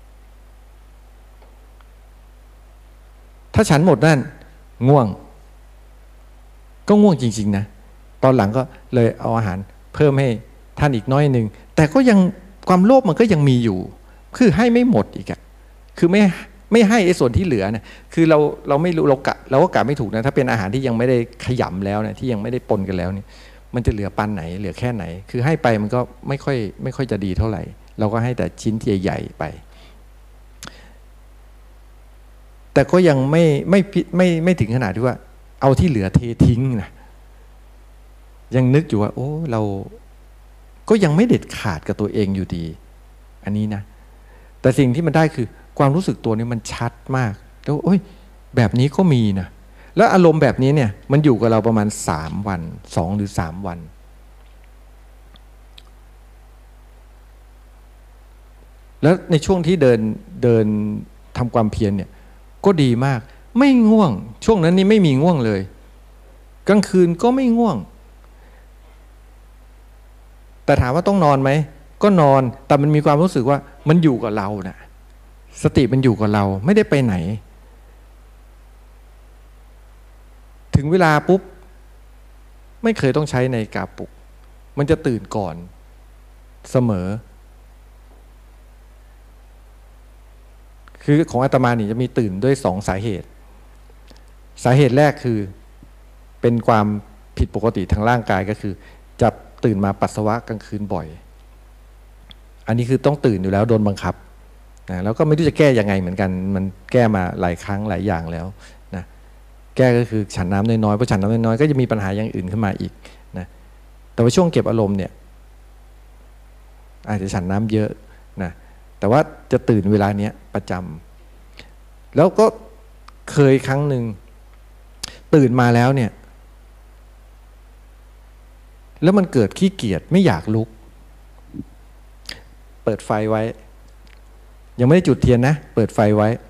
ถ้าฉันหมดนั่นง่วงก็ง่วงจริงๆนะตอนหลังก็เลยเอาอาหารเพิ่มให้ท่านอีกน้อยหนึ่งแต่ก็ยังความโลภมันก็ยังมีอยู่คือให้ไม่หมดอีกอะคือไม่ไม่ให้ไอ้ส่วนที่เหลือเนี่ยคือเราเราไม่รู้เรากะเราก็กะไม่ถูกนะถ้าเป็นอาหารที่ยังไม่ได้ขยำแล้วเนี่ยที่ยังไม่ได้ปนกันแล้วเนี่ยมันจะเหลือปันไหนเหลือแค่ไหนคือให้ไปมันก็ไม่ค่อยไม่ค่อยจะดีเท่าไหร่เราก็ให้แต่ชิ้นที่ใหญ่ๆไปแต่ก็ยังไม่ไม่ไม่ไม่ถึงขนาดที่ว่าเอาที่เหลือเททิ้งนะยังนึกอยู่ว่าโอ้เราก็ยังไม่เด็ดขาดกับตัวเองอยู่ดีอันนี้นะแต่สิ่งที่มันได้คือความรู้สึกตัวนี้มันชัดมากแล้วโอ้ยแบบนี้ก็มีนะแล้วอารมณ์แบบนี้เนี่ยมันอยู่กับเราประมาณสามวันสองหรือสามวันแล้วในช่วงที่เดินเดินทำความเพียรเนี่ยก็ดีมากไม่ง่วงช่วงนั้นนี่ไม่มีง่วงเลยกลางคืนก็ไม่ง่วงแต่ถามว่าต้องนอนไหมก็นอนแต่มันมีความรู้สึกว่ามันอยู่กับเรานะสติมันอยู่กับเราไม่ได้ไปไหนถึงเวลาปุ๊บไม่เคยต้องใช้ในกาปลุกมันจะตื่นก่อนเสมอคือของอาตมานี่จะมีตื่นด้วยสองสาเหตุสาเหตุแรกคือเป็นความผิดปกติทางร่างกายก็คือจะตื่นมาปัสสาวะกลางคืนบ่อยอันนี้คือต้องตื่นอยู่แล้วโดนบังคับนะแล้วก็ไม่รู้จะแก้ยังไงเหมือนกันมันแก้มาหลายครั้งหลายอย่างแล้วนะแก้ก็คือฉันน้ำน้อยๆเพราะฉันน้ำน้อยๆก็จะมีปัญหาอย่างอื่นขึ้นมาอีกนะแต่ว่าช่วงเก็บอารมณ์เนี่ยอาจจะฉันน้ำเยอะนะแต่ว่าจะตื่นเวลาเนี้ยประจำแล้วก็เคยครั้งหนึ่งตื่นมาแล้วเนี่ยแล้วมันเกิดขี้เกียจไม่อยากลุกเปิดไฟไว้ยังไม่ได้จุดเทียนนะเปิดไฟไว้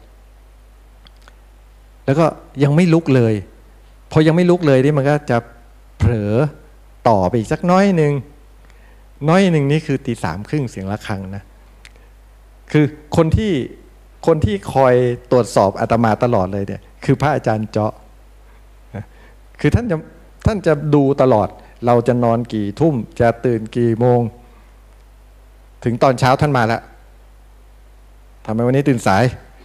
แล้วก็ยังไม่ลุกเลยพอยังไม่ลุกเลยนี่มันก็จะเผลอต่อไปอีกสักน้อยหนึ่งน้อยหนึ่งนี่คือตีสามครึ่งเสียงะระฆังนะคือคนที่คนที่คอยตรวจสอบอาตมาตลอดเลยเนี่ยคือพระอาจารย์เจาะคือท่านจะท่านจะดูตลอดเราจะนอนกี่ทุ่มจะตื่นกี่โมงถึงตอนเช้าท่านมาแล้วทำไมวันนี้ตื่นสาย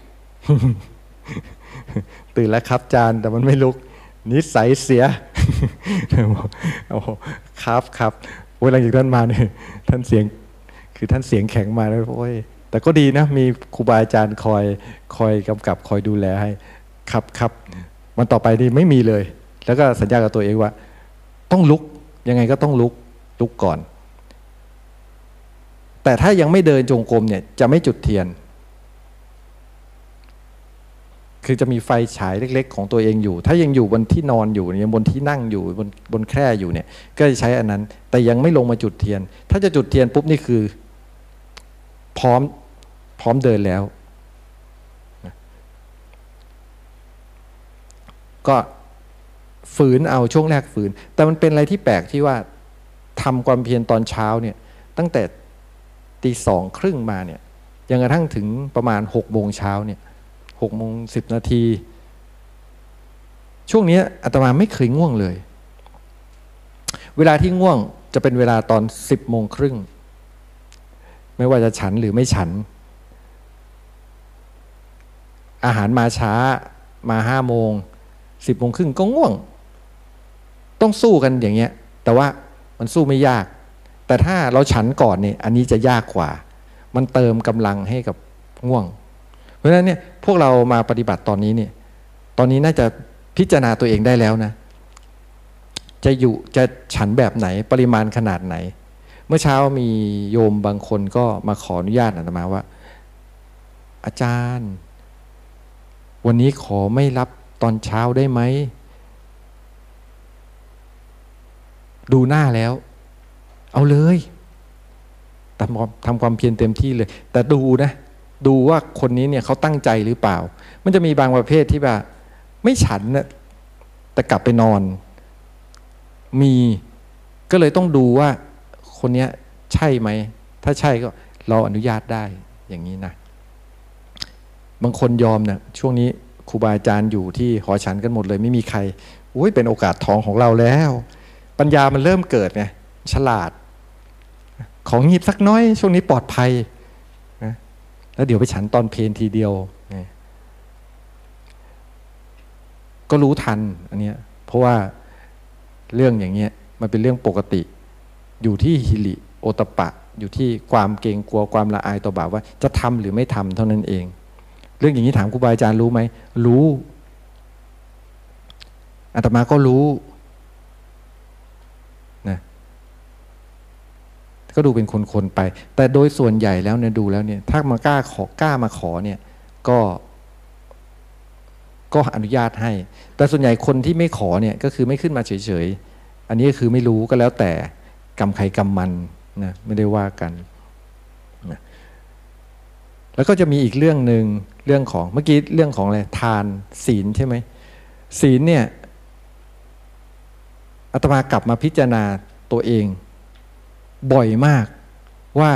ตื่นแล้วครับอาจารย์แต่มันไม่ลุกนิสัยเสีย โอ้ครับครับโอ้ยหลังจากนั้นมาเนี่ยท่านเสียงคือท่านเสียงแข็งมาแล้วโอ้ยแต่ก็ดีนะมีครูบาอาจารย์คอยคอยกำกับคอยดูแลให้ครับครับวันต่อไปนี่ไม่มีเลยแล้วก็สัญญากับตัวเองว่าต้องลุกยังไงก็ต้องลุกลุกก่อนแต่ถ้ายังไม่เดินจงกรมเนี่ยจะไม่จุดเทียนคือจะมีไฟฉายเล็กๆของตัวเองอยู่ถ้ายังอยู่บนที่นอนอยู่ยังบนที่นั่งอยู่บนบนแคร่อยู่เนี่ยก็จะใช้อันนั้นแต่ยังไม่ลงมาจุดเทียนถ้าจะจุดเทียนปุ๊บนี่คือพร้อมพร้อมเดินแล้วก็ฝืนเอาช่วงแรกฝืนแต่มันเป็นอะไรที่แปลกที่ว่าทำความเพียรตอนเช้าเนี่ยตั้งแต่ตีสองครึ่งมาเนี่ยยังกระทั่งถึงประมาณหกโมงเช้าเนี่ยหกโมงสิบนาทีช่วงนี้อาตมาไม่เคยง่วงเลยเวลาที่ง่วงจะเป็นเวลาตอนสิบโมงครึ่งไม่ว่าจะฉันหรือไม่ฉันอาหารมาช้ามาห้าโมงสิบโมงครึ่งก็ง่วงต้องสู้กันอย่างเงี้ยแต่ว่ามันสู้ไม่ยากแต่ถ้าเราฉันก่อนเนี่ยอันนี้จะยากกว่ามันเติมกำลังให้กับง่วงเพราะฉะนั้นเนี่ยพวกเรามาปฏิบัติตอนนี้เนี่ยตอนนี้น่าจะพิจารณาตัวเองได้แล้วนะจะอยู่จะฉันแบบไหนปริมาณขนาดไหนเมื่อเช้ามีโยมบางคนก็มาขออนุญาตอาตมาว่าอาจารย์วันนี้ขอไม่รับตอนเช้าได้ไหมดูหน้าแล้วเอาเลยทำความทำความเพียรเต็มที่เลย แต่ดูนะดูว่าคนนี้เนี่ยเขาตั้งใจหรือเปล่ามันจะมีบางประเภทที่แบบไม่ฉันนะแต่กลับไปนอนมีก็เลยต้องดูว่าคนนี้ใช่ไหมถ้าใช่ก็เราอนุญาตได้อย่างนี้นะบางคนยอมนะช่วงนี้ครูบาอาจารย์อยู่ที่หอฉันกันหมดเลยไม่มีใครอุ้ยเป็นโอกาสทองของเราแล้วปัญญามันเริ่มเกิดไงฉลาดของงีบสักน้อยช่วงนี้ปลอดภัยนะแล้วเดี๋ยวไปฉันตอนเพลนทีเดียวนะก็รู้ทันอันเนี้ยเพราะว่าเรื่องอย่างเงี้ยมันเป็นเรื่องปกติอยู่ที่ฮิริโอตปะอยู่ที่ความเกรงกลัวความละอายต่อบาปว่าจะทำหรือไม่ทำเท่านั้นเองเรื่องอย่างนี้ถามครูบาอาจารย์รู้ไหมรู้อาตมาก็รู้นะก็ดูเป็นคนๆไปแต่โดยส่วนใหญ่แล้วเนี่ยดูแล้วเนี่ยถ้ามากล้าขอกล้ามาขอเนี่ยก็ก็อนุญาตให้แต่ส่วนใหญ่คนที่ไม่ขอเนี่ยก็คือไม่ขึ้นมาเฉยๆอันนี้ก็คือไม่รู้ก็แล้วแต่กรรมใครกรรมมันนะไม่ได้ว่ากันนะแล้วก็จะมีอีกเรื่องหนึ่งเรื่องของเมื่อกี้เรื่องของอะไรทานศีลใช่ไหมศีลเนี่ยอาตมากลับมาพิจารณาตัวเองบ่อยมากว่า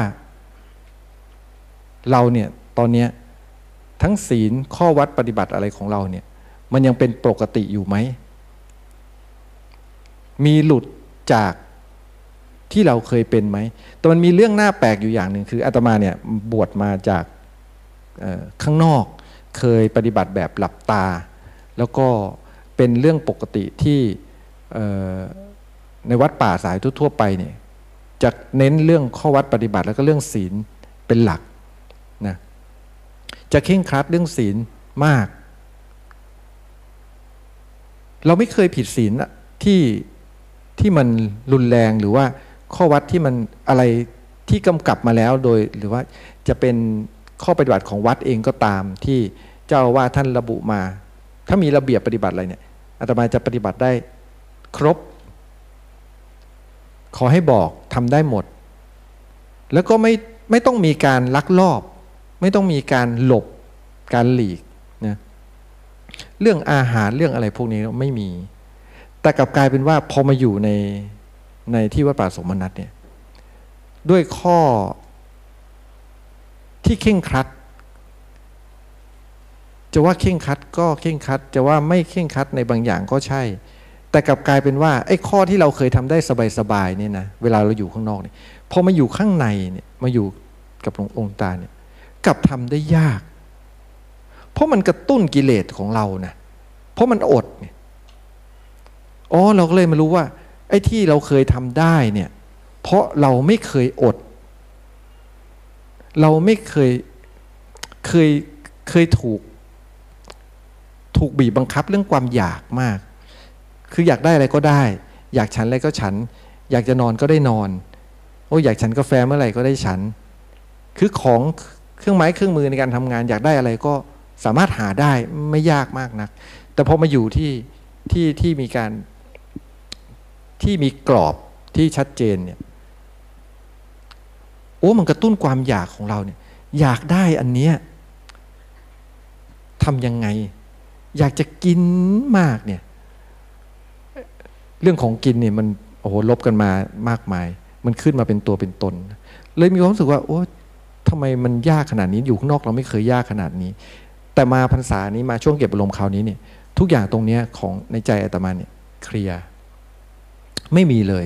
เราเนี่ยตอนนี้ทั้งศีลข้อวัดปฏิบัติอะไรของเราเนี่ยมันยังเป็นปกติอยู่ไหมมีหลุดจากที่เราเคยเป็นไหมแต่มันมีเรื่องน่าแปลกอยู่อย่างหนึ่งคืออาตมาเนี่ยบวชมาจากข้างนอกเคยปฏิบัติแบบหลับตาแล้วก็เป็นเรื่องปกติที่ในวัดป่าสายทั่วๆไปเนี่ยจะเน้นเรื่องข้อวัดปฏิบัติแล้วก็เรื่องศีลเป็นหลักนะจะเคร่งครัดเรื่องศีลมากเราไม่เคยผิดศีลที่ที่มันรุนแรงหรือว่าข้อวัดที่มันอะไรที่กำกับมาแล้วโดยหรือว่าจะเป็นข้อปฏิบัติของวัดเองก็ตามที่เจ้าอาวาสท่านระบุมาถ้ามีระเบียบปฏิบัติอะไรเนี่ยอาตมาจะปฏิบัติได้ครบขอให้บอกทำได้หมดแล้วก็ไม่ไม่ต้องมีการลักลอบไม่ต้องมีการหลบการหลีกนะเรื่องอาหารเรื่องอะไรพวกนี้ไม่มีแต่กลับกลายเป็นว่าพอมาอยู่ในในที่วัดป่าสมนัตเนี่ยด้วยข้อที่เคร่งครัดจะว่าเคร่งครัดก็เคร่งครัดจะว่าไม่เคร่งครัดในบางอย่างก็ใช่แต่กลับกลายเป็นว่าไอ้ข้อที่เราเคยทำได้สบายๆเนี่ยนะเวลาเราอยู่ข้างนอกเนี่ยพอมาอยู่ข้างในเนี่ยมาอยู่กับหลวงองค์ตาเนี่ยกลับทำได้ยากเพราะมันกระตุ้นกิเลสของเรานะเพราะมันอดเนี่ยอ๋อเราก็เลยมารู้ว่าไอ้ที่เราเคยทำได้เนี่ยเพราะเราไม่เคยอดเราไม่เคยเคยเคยถูกถูกบีบบังคับเรื่องความอยากมากคืออยากได้อะไรก็ได้อยากฉันอะไรก็ฉันอยากจะนอนก็ได้นอนโอ้อยากฉันกาแฟเมื่อไหร่ก็ได้ฉันคือของเครื่องไม้เครื่องมือในการทำงานอยากได้อะไรก็สามารถหาได้ไม่ยากมากนักแต่พอมาอยู่ที่ที่ที่มีการที่มีกรอบที่ชัดเจนเนี่ยโอ้มันกระตุ้นความอยากของเราเนี่ยอยากได้อันเนี้ยทำยังไงอยากจะกินมากเนี่ยเรื่องของกินเนี่ยมันโอ้โหลบกันมามากมายมันขึ้นมาเป็นตัวเป็นตนเลยมีความรู้สึกว่าโอ้ทำไมมันยากขนาดนี้อยู่ข้างนอกเราไม่เคยยากขนาดนี้แต่มาพรรษานี้มาช่วงเก็บอารมณ์คราวนี้เนี่ยทุกอย่างตรงนี้ของในใจอาตมาเนี่ยเคลียร์ไม่มีเลย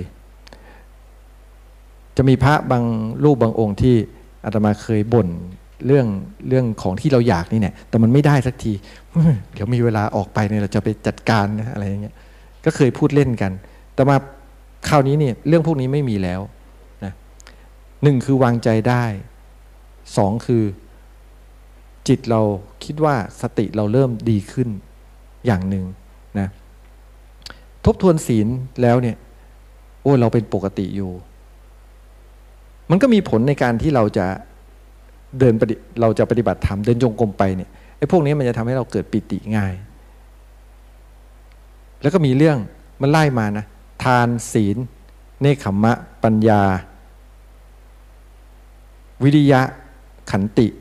จะมีพระบางรูปบางองค์ที่อาตมาเคยบ่นเรื่องเรื่องของที่เราอยากนี่เนี่ยแต่มันไม่ได้สักทีเดี๋ยวมีเวลาออกไปเนี่ยเราจะไปจัดการนะอะไรอย่างเงี้ยก็เคยพูดเล่นกันแต่มาคราวนี้เนี่ยเรื่องพวกนี้ไม่มีแล้วนะหนึ่งคือวางใจได้สองคือจิตเราคิดว่าสติเราเริ่มดีขึ้นอย่างหนึ่งนะทบทวนศีลแล้วเนี่ยโอ้เราเป็นปกติอยู่มันก็มีผลในการที่เราจะเดินปฏิเราจะปฏิบัติธรรมเดินจงกรมไปเนี่ยไอ้พวกนี้มันจะทำให้เราเกิดปิติง่ายแล้วก็มีเรื่องมันไล่มานะทานศีลเนคขมมะปัญญาวิริยะขันติ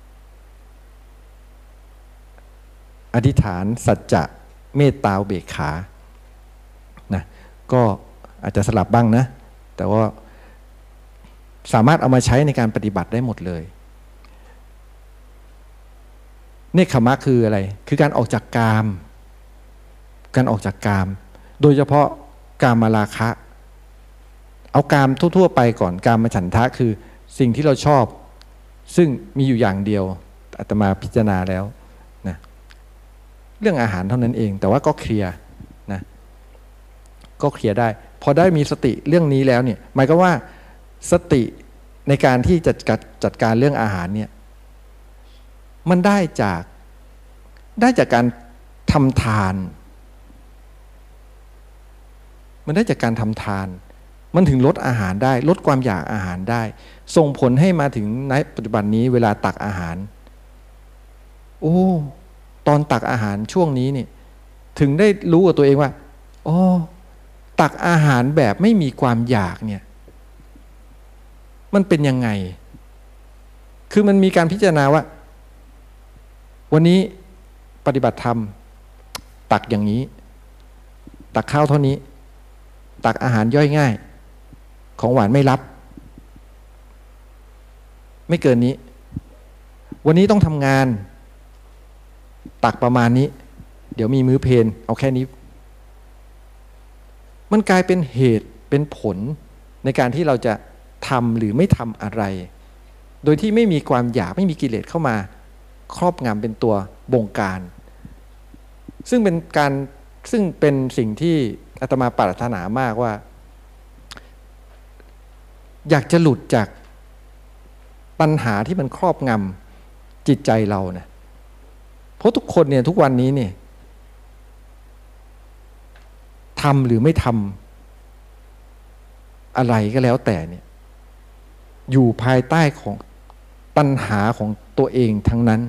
อธิษฐานสัจจะเมตตาเบกขานะก็อาจจะสลับบ้างนะแต่ว่าสามารถเอามาใช้ในการปฏิบัติได้หมดเลยเนคขมะคืออะไรคือการออกจากกามการออกจากกามโดยเฉพาะกามราคะเอากามทั่วๆไปก่อนกามฉันทะคือสิ่งที่เราชอบซึ่งมีอยู่อย่างเดียวอาตมาพิจารณาแล้วนะเรื่องอาหารเท่านั้นเองแต่ว่าก็เคลียร์นะก็เคลียร์ได้พอได้มีสติเรื่องนี้แล้วเนี่ยหมายก็ว่าสติในการที่จะจัดจัดการเรื่องอาหารเนี่ยมันได้จากได้จากการทำทานมันได้จากการทำทานมันถึงลดอาหารได้ลดความอยากอาหารได้ส่งผลให้มาถึงในปัจจุบันนี้เวลาตักอาหารโอ้ตอนตักอาหารช่วงนี้นี่ถึงได้รู้กับตัวเองว่าอ๋อตักอาหารแบบไม่มีความอยากเนี่ยมันเป็นยังไงคือมันมีการพิจารณาว่าวันนี้ปฏิบัติธรรมตักอย่างนี้ตักข้าวเท่านี้ตักอาหารย่อยง่ายของหวานไม่รับไม่เกินนี้วันนี้ต้องทำงานตักประมาณนี้เดี๋ยวมีมื้อเพลเอาแค่นี้มันกลายเป็นเหตุเป็นผลในการที่เราจะทำหรือไม่ทำอะไรโดยที่ไม่มีความอยากไม่มีกิเลสเข้ามาครอบงำเป็นตัวบงการซึ่งเป็นการซึ่งเป็นสิ่งที่อาตมาปรารถนามากว่าอยากจะหลุดจากปัญหาที่มันครอบงำจิตใจเรานะเพราะทุกคนเนี่ยทุกวันนี้เนี่ยทำหรือไม่ทำอะไรก็แล้วแต่เนี่ยอยู่ภายใต้ของตัณหาของตัวเองทั้งนั้น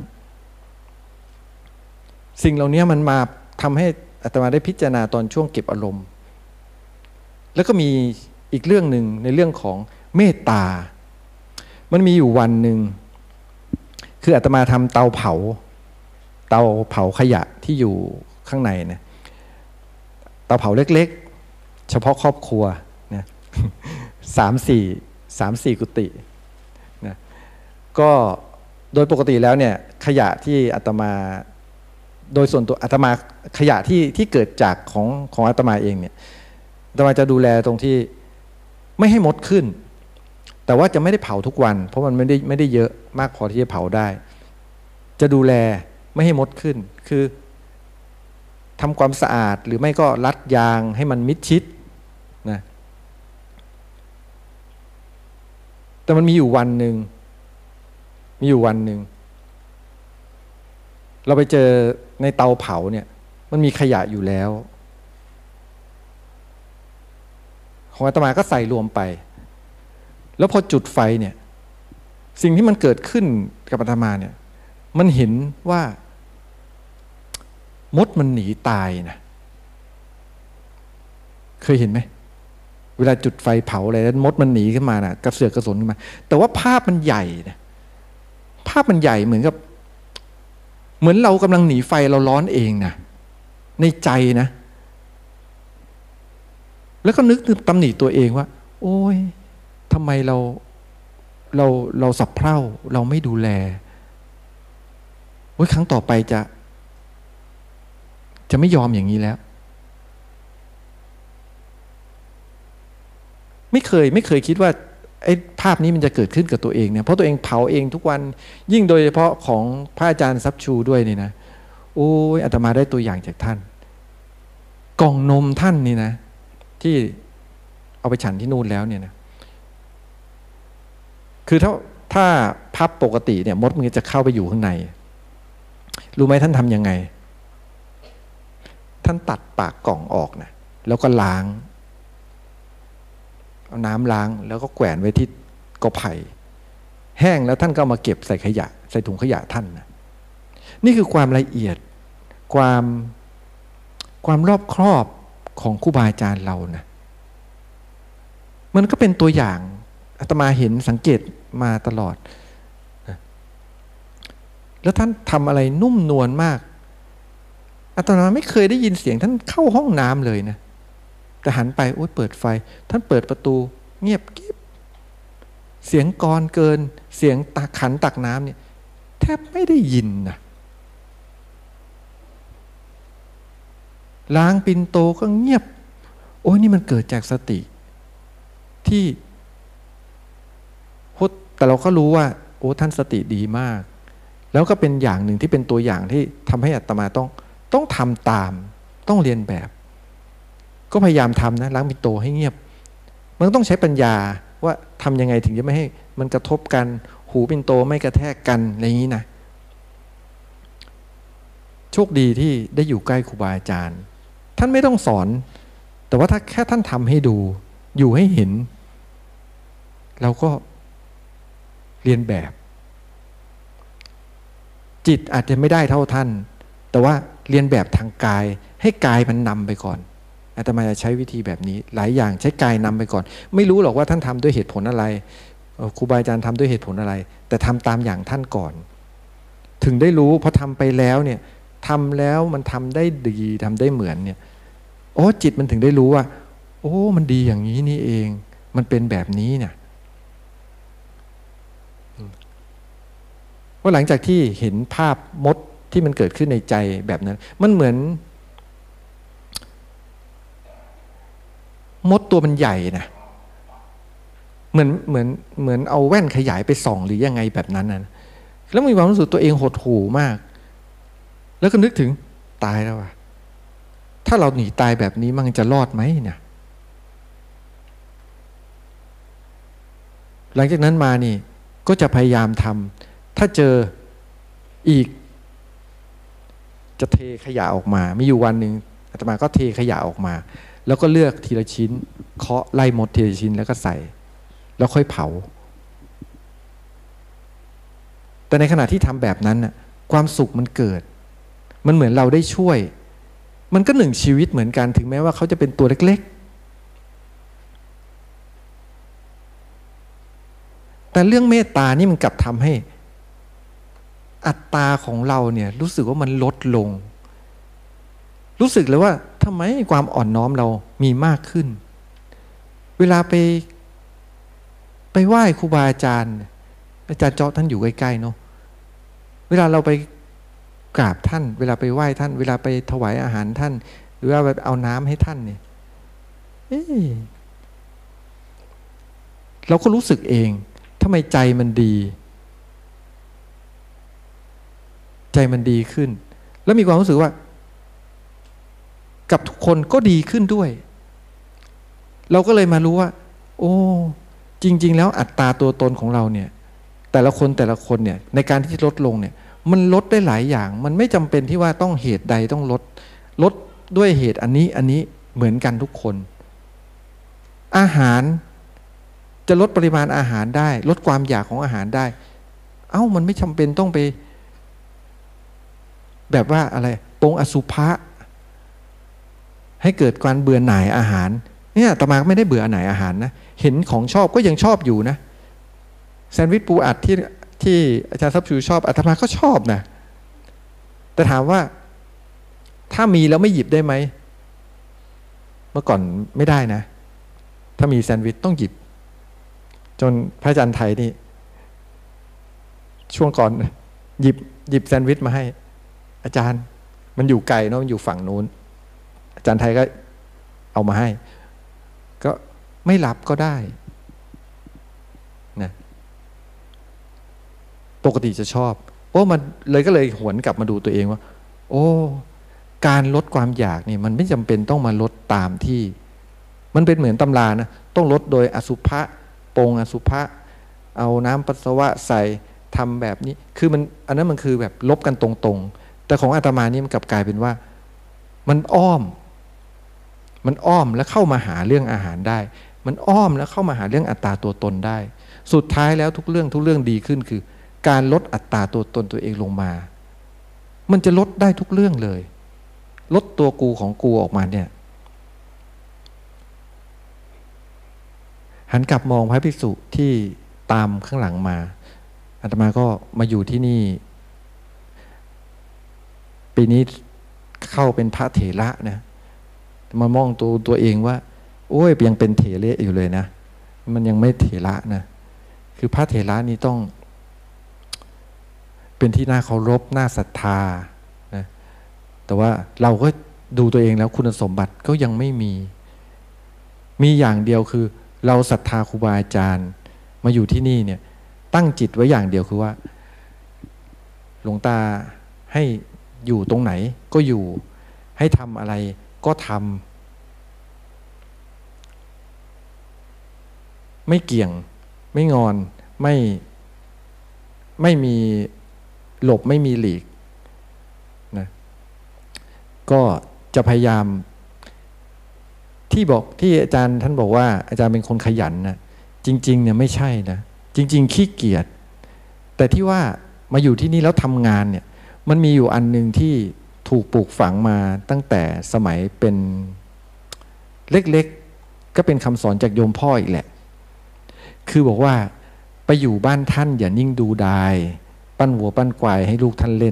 สิ่งเหล่านี้มันมาทำให้อาตมาได้พิจารณาตอนช่วงเก็บอารมณ์แล้วก็มีอีกเรื่องหนึ่งในเรื่องของเมตตามันมีอยู่วันหนึ่งคืออาตมาทำเตาเผาเตาเผาขยะที่อยู่ข้างในนะเตาเผาเล็กๆเฉพาะครอบครัวนะสามสี่สามสี่กุฏินะก็โดยปกติแล้วเนี่ยขยะที่อาตมาโดยส่วนตัวอาตมาขยะที่ที่เกิดจากของของอาตมาเองเนี่ยอาตมาจะดูแลตรงที่ไม่ให้มดขึ้นแต่ว่าจะไม่ได้เผาทุกวันเพราะมันไม่ได้ไม่ได้เยอะมากพอที่จะเผาได้จะดูแลไม่ให้มดขึ้นคือทำความสะอาดหรือไม่ก็รัดยางให้มันมิดชิดนะแต่มันมีอยู่วันหนึ่งมีอยู่วันหนึ่งเราไปเจอในเตาเผาเนี่ยมันมีขยะอยู่แล้วของอาตมาก็ใส่รวมไปแล้วพอจุดไฟเนี่ยสิ่งที่มันเกิดขึ้นกับอาตมาเนี่ยมันเห็นว่ามดมันหนีตายนะเคยเห็นไหมเวลาจุดไฟเผาอะไรแล้วมดมันหนีขึ้นมานะกระเสือกกระสนขึ้นมาแต่ว่าภาพมันใหญ่นะภาพมันใหญ่เหมือนกับเหมือนเรากำลังหนีไฟเราร้อนเองนะในใจนะแล้วก็นึกตำหนิตัวเองว่าโอ้ยทำไมเราเราเราสับเพร่าเราไม่ดูแลโอ้ยครั้งต่อไปจะจะไม่ยอมอย่างนี้แล้วไม่เคยไม่เคยคิดว่าไอ้ภาพนี้มันจะเกิดขึ้นกับตัวเองเนี่ยเพราะตัวเองเผาเองทุกวันยิ่งโดยเฉพาะของพระอาจารย์ซับชูด้วยนี่นะโอ้ยอาตมาได้ตัวอย่างจากท่านกล่องนมท่านนี่นะที่เอาไปฉันที่นู่นแล้วเนี่ยนะคือถ้าถ้าพับปกติเนี่ยมดมันจะเข้าไปอยู่ข้างในรู้ไหมท่านทำยังไงท่านตัดปากกล่องออกนะแล้วก็ล้างเอาน้ำล้างแล้วก็แขวนไว้ที่กอไผ่แห้งแล้วท่านก็มาเก็บใส่ขยะใส่ถุงขยะท่านนะนี่คือความละเอียดความความรอบครอบของครูบาอาจารย์เรานะมันก็เป็นตัวอย่างอาตมาเห็นสังเกตมาตลอดแล้วท่านทำอะไรนุ่มนวลมากอาตมาไม่เคยได้ยินเสียงท่านเข้าห้องน้ำเลยนะแต่หันไปโอ๊ยเปิดไฟท่านเปิดประตูเงียบกิ๊บเสียงกรเกินเสียงตักขันตักน้ำเนี่ยแทบไม่ได้ยินนะล้างปิ่นโตก็เงียบโอ้ยนี่มันเกิดจากสติที่แต่เราก็รู้ว่าโอ้ท่านสติดีมากแล้วก็เป็นอย่างหนึ่งที่เป็นตัวอย่างที่ทำให้อาตมาต้องต้องทำตามต้องเรียนแบบก็พยายามทำนะล้างปิ่นโตให้เงียบมันต้องใช้ปัญญาว่าทำยังไงถึงจะไม่ให้มันกระทบกันหูปิ่นโตไม่กระแทกกันอะไรอย่างนี้นะโชคดีที่ได้อยู่ใกล้ครูบาอาจารย์ท่านไม่ต้องสอนแต่ว่าถ้าแค่ท่านทำให้ดูอยู่ให้เห็นเราก็เรียนแบบจิตอาจจะไม่ได้เท่าท่านแต่ว่าเรียนแบบทางกายให้กายมันนำไปก่อนอาตมาจะใช้วิธีแบบนี้หลายอย่างใช้กายนำไปก่อนไม่รู้หรอกว่าท่านทำด้วยเหตุผลอะไรครูบาอาจารย์ทำด้วยเหตุผลอะไรแต่ทำตามอย่างท่านก่อนถึงได้รู้พอทำไปแล้วเนี่ยทำแล้วมันทำได้ดีทำได้เหมือนเนี่ยโอ้จิตมันถึงได้รู้ว่าโอ้มันดีอย่างนี้นี่เองมันเป็นแบบนี้เนี่ยว่าหลังจากที่เห็นภาพมดที่มันเกิดขึ้นในใจแบบนั้นมันเหมือนมดตัวมันใหญ่นะเหมือนเหมือนเหมือนเอาแว่นขยายไปส่องหรือยังไงแบบนั้นนะแล้วมีความรู้สึกตัวเองหดหู่มากแล้วก็นึกถึงตายแล้วว่ะถ้าเราหนีตายแบบนี้มันจะรอดไหมเนี่ยหลังจากนั้นมานี่ก็จะพยายามทำถ้าเจออีกจะเทขยะออกมามีอยู่วันหนึ่งอาตมาก็เทขยะออกมาแล้วก็เลือกทีละชิ้นเคาะไล่มดทีละชิ้นแล้วก็ใส่แล้วค่อยเผาแต่ในขณะที่ทำแบบนั้นน่ะความสุขมันเกิดมันเหมือนเราได้ช่วยมันก็หนึ่งชีวิตเหมือนกันถึงแม้ว่าเขาจะเป็นตัวเล็กๆแต่เรื่องเมตตานี่มันกลับทำให้อัตตาของเราเนี่ยรู้สึกว่ามันลดลงรู้สึกเลยว่าทำไมความอ่อนน้อมเรามีมากขึ้นเวลาไปไปไหว้ครูบาอาจารย์อาจารย์เจาะท่านอยู่ใกล้ๆเนาะเวลาเราไปกราบท่านเวลาไปไหว้ท่านเวลาไปถวายอาหารท่านหรือว่าเอาน้ำให้ท่านเนี่ยเอ๊ะเราก็รู้สึกเองทำไมใจมันดีใจมันดีขึ้นแล้วมีความรู้สึกว่ากับทุกคนก็ดีขึ้นด้วยเราก็เลยมารู้ว่าโอ้จริงๆแล้วอัตตาตัวตนของเราเนี่ยแต่ละคนแต่ละคนเนี่ยในการที่ลดลงเนี่ยมันลดได้หลายอย่างมันไม่จำเป็นที่ว่าต้องเหตุใดต้องลดลดด้วยเหตุอันนี้อันนี้เหมือนกันทุกคนอาหารจะลดปริมาณอาหารได้ลดความอยากของอาหารได้เอ้ามันไม่จำเป็นต้องไปแบบว่าอะไรปรงอสุภะให้เกิดการเบื่อหน่ายอาหารเนี่ยอาตมาไม่ได้เบื่อหน่ายอาหารนะเห็นของชอบก็ยังชอบอยู่นะแซนด์วิชปูอัดที่ที่อาจารย์ทับชูชอบอาตมาก็ชอบนะแต่ถามว่าถ้ามีแล้วไม่หยิบได้ไหมเมื่อก่อนไม่ได้นะถ้ามีแซนด์วิชต้องหยิบจนพระอาจารย์ไทยนี่ช่วงก่อนหยิบหยิบแซนด์วิชมาให้อาจารย์มันอยู่ไกลเนาะมันอยู่ฝั่งนู้นอาจารย์ไทยก็เอามาให้ก็ไม่รับก็ได้นะปกติจะชอบโอ้มันเลยก็เลยหวนกลับมาดูตัวเองว่าโอ้การลดความอยากนี่มันไม่จำเป็นต้องมาลดตามที่มันเป็นเหมือนตำรานะต้องลดโดยอสุภะปรงอสุภะเอาน้ำปัสสาวะใส่ทำแบบนี้คือมันอันนั้นมันคือแบบลบกันตรงๆแต่ของอาตมานี่มันกลับกลายเป็นว่ามันอ้อมมันอ้อมแล้วเข้ามาหาเรื่องอาหารได้มันอ้อมแล้วเข้ามาหาเรื่องอัตตาตัวตนได้สุดท้ายแล้วทุกเรื่องทุกเรื่องดีขึ้นคือการลดอัตตาตัวตนตัวเองลงมามันจะลดได้ทุกเรื่องเลยลดตัวกูของกูออกมาเนี่ยหันกลับมองพระภิกษุที่ตามข้างหลังมาอาตมาก็มาอยู่ที่นี่ปีนี้เข้าเป็นพระเถระนะมามองตัวตัวเองว่าโอ้ยยังเป็นเถระอยู่เลยนะมันยังไม่เถระนะคือพระเถระนี่ต้องเป็นที่น่าเคารพน่าศรัทธานะแต่ว่าเราก็ดูตัวเองแล้วคุณสมบัติก็ยังไม่มีมีอย่างเดียวคือเราศรัทธาครูบาอาจารย์มาอยู่ที่นี่เนี่ยตั้งจิตไว้อย่างเดียวคือว่าหลวงตาให้อยู่ตรงไหนก็อยู่ให้ทำอะไรก็ทำไม่เกี่ยงไม่งอนไม่ไม่มีหลบไม่มีหลีกนะก็จะพยายามที่บอกที่อาจารย์ท่านบอกว่าอาจารย์เป็นคนขยันนะจริงๆเนี่ยไม่ใช่นะจริงๆขี้เกียจแต่ที่ว่ามาอยู่ที่นี่แล้วทำงานเนี่ยมันมีอยู่อันหนึ่งที่ถูกปลูกฝังมาตั้งแต่สมัยเป็นเล็กๆก็เป็นคำสอนจากโยมพ่ออีกแหละคือบอกว่าไปอยู่บ้านท่านอย่านิ่งดูดายปั้นวัวปั้นควายให้ลูกท่านเล่น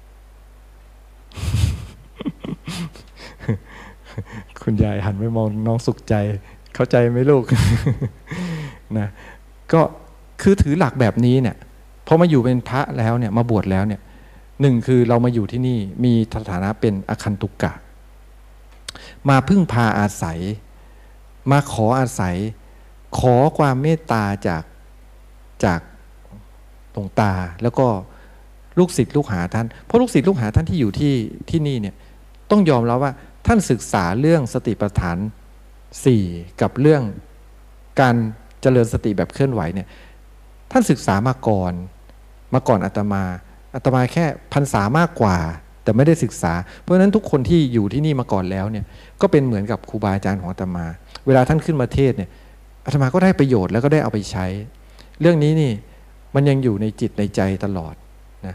คุณยายหันไปมองน้องสุขใจเข้าใจไหมลูก นะก็คือถือหลักแบบนี้เนี่ยพอมาอยู่เป็นพระแล้วเนี่ยมาบวชแล้วเนี่ยหนึ่งคือเรามาอยู่ที่นี่มีสถานะเป็นอคันตุกะมาพึ่งพาอาศัยมาขออาศัยขอความเมตตาจากจากหลวงตาแล้วก็ลูกศิษย์ลูกหาท่านเพราะลูกศิษย์ลูกหาท่านที่อยู่ที่ที่นี่เนี่ยต้องยอมรับว่าท่านศึกษาเรื่องสติปัฏฐานสี่กับเรื่องการเจริญสติแบบเคลื่อนไหวเนี่ยท่านศึกษามาก่อนมาก่อนอาตมาอาตมาแค่พรรษามากกว่าแต่ไม่ได้ศึกษาเพราะฉะนั้นทุกคนที่อยู่ที่นี่มาก่อนแล้วเนี่ยก็เป็นเหมือนกับครูบาอาจารย์ของอาตมาเวลาท่านขึ้นมาเทศเนี่ยอาตมาก็ได้ประโยชน์แล้วก็ได้เอาไปใช้เรื่องนี้นี่มันยังอยู่ในจิตในใจตลอดนะ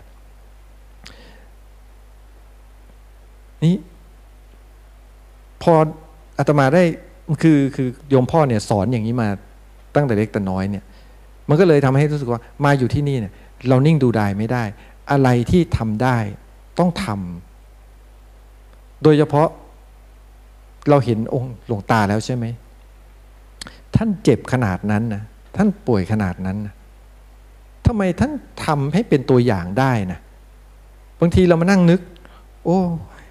นี่พออาตมาได้คือคือโยมพ่อเนี่ยสอนอย่างนี้มาตั้งแต่เล็กแต่น้อยเนี่ยมันก็เลยทำให้รู้สึกว่ามาอยู่ที่นี่เนี่ยเรานิ่งดูดายไม่ได้อะไรที่ทำได้ต้องทำโดยเฉพาะเราเห็นองค์หลวงตาแล้วใช่ไหมท่านเจ็บขนาดนั้นนะท่านป่วยขนาดนั้นนะทำไมท่านทำให้เป็นตัวอย่างได้นะบางทีเรามานั่งนึกโอ้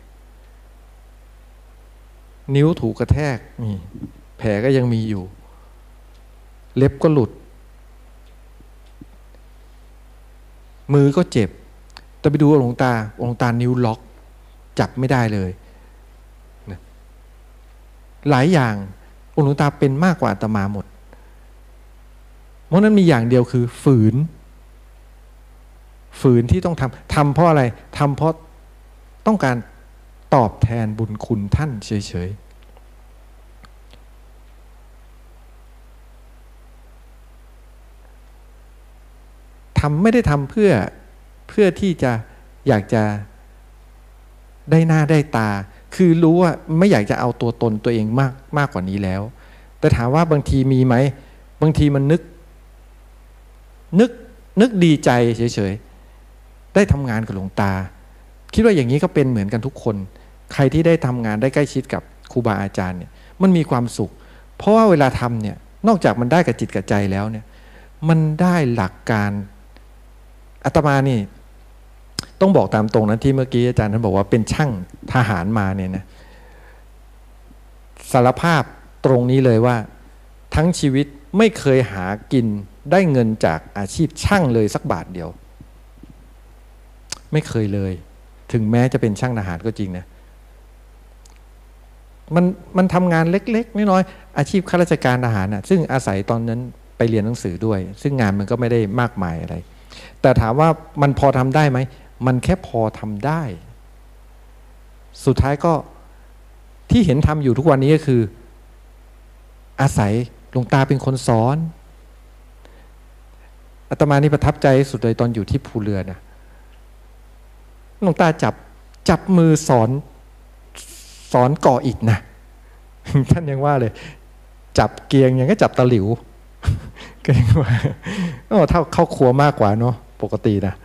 นิ้วถูกกระแทกนี่แผลก็ยังมีอยู่เล็บก็หลุดมือก็เจ็บแต่ไปดูหลวงตาหลวงตานิ้วล็อกจับไม่ได้เลยนะหลายอย่างหลวงตาเป็นมากกว่าอาตมาหมดเพราะนั้นมีอย่างเดียวคือฝืนฝืนที่ต้องทำทำเพราะอะไรทำเพราะต้องการตอบแทนบุญคุณท่านเฉยๆทำไม่ได้ทำเพื่อเพื่อที่จะอยากจะได้หน้าได้ตาคือรู้ว่าไม่อยากจะเอาตัวตนตัวเองมากมากกว่านี้แล้วแต่ถามว่าบางทีมีไหมบางทีมันนึกนึกนึกดีใจเฉยๆได้ทำงานกับหลวงตาคิดว่าอย่างนี้ก็เป็นเหมือนกันทุกคนใครที่ได้ทำงานได้ใกล้ชิดกับครูบาอาจารย์เนี่ยมันมีความสุขเพราะว่าเวลาทำเนี่ยนอกจากมันได้กับจิตกับใจแล้วเนี่ยมันได้หลักการอาตมานี่ต้องบอกตามตรงนะที่เมื่อกี้อาจารย์ท่านบอกว่าเป็นช่างทหารมาเนี่ยนะสารภาพตรงนี้เลยว่าทั้งชีวิตไม่เคยหากินได้เงินจากอาชีพช่างเลยสักบาทเดียวไม่เคยเลยถึงแม้จะเป็นช่างทหารก็จริงนะมันมันทำงานเล็กๆน้อยๆอาชีพข้าราชการทหารนะซึ่งอาศัยตอนนั้นไปเรียนหนังสือด้วยซึ่งงานมันก็ไม่ได้มากมายอะไรแต่ถามว่ามันพอทำได้ไหมมันแค่พอทำได้สุดท้ายก็ที่เห็นทำอยู่ทุกวันนี้ก็คืออาศัยหลวงตาเป็นคนสอนอาตมานี่ประทับใจสุดเลยตอนอยู่ที่ภูเรือนะหลวงตาจับจับมือสอนสอนก่ออิฐนะท่านยังว่าเลยจับเกียงยังก็จับตะหลิวก็ยังว่าโอ้เท่าเข้าครัวมากกว่าเนาะปกตินะ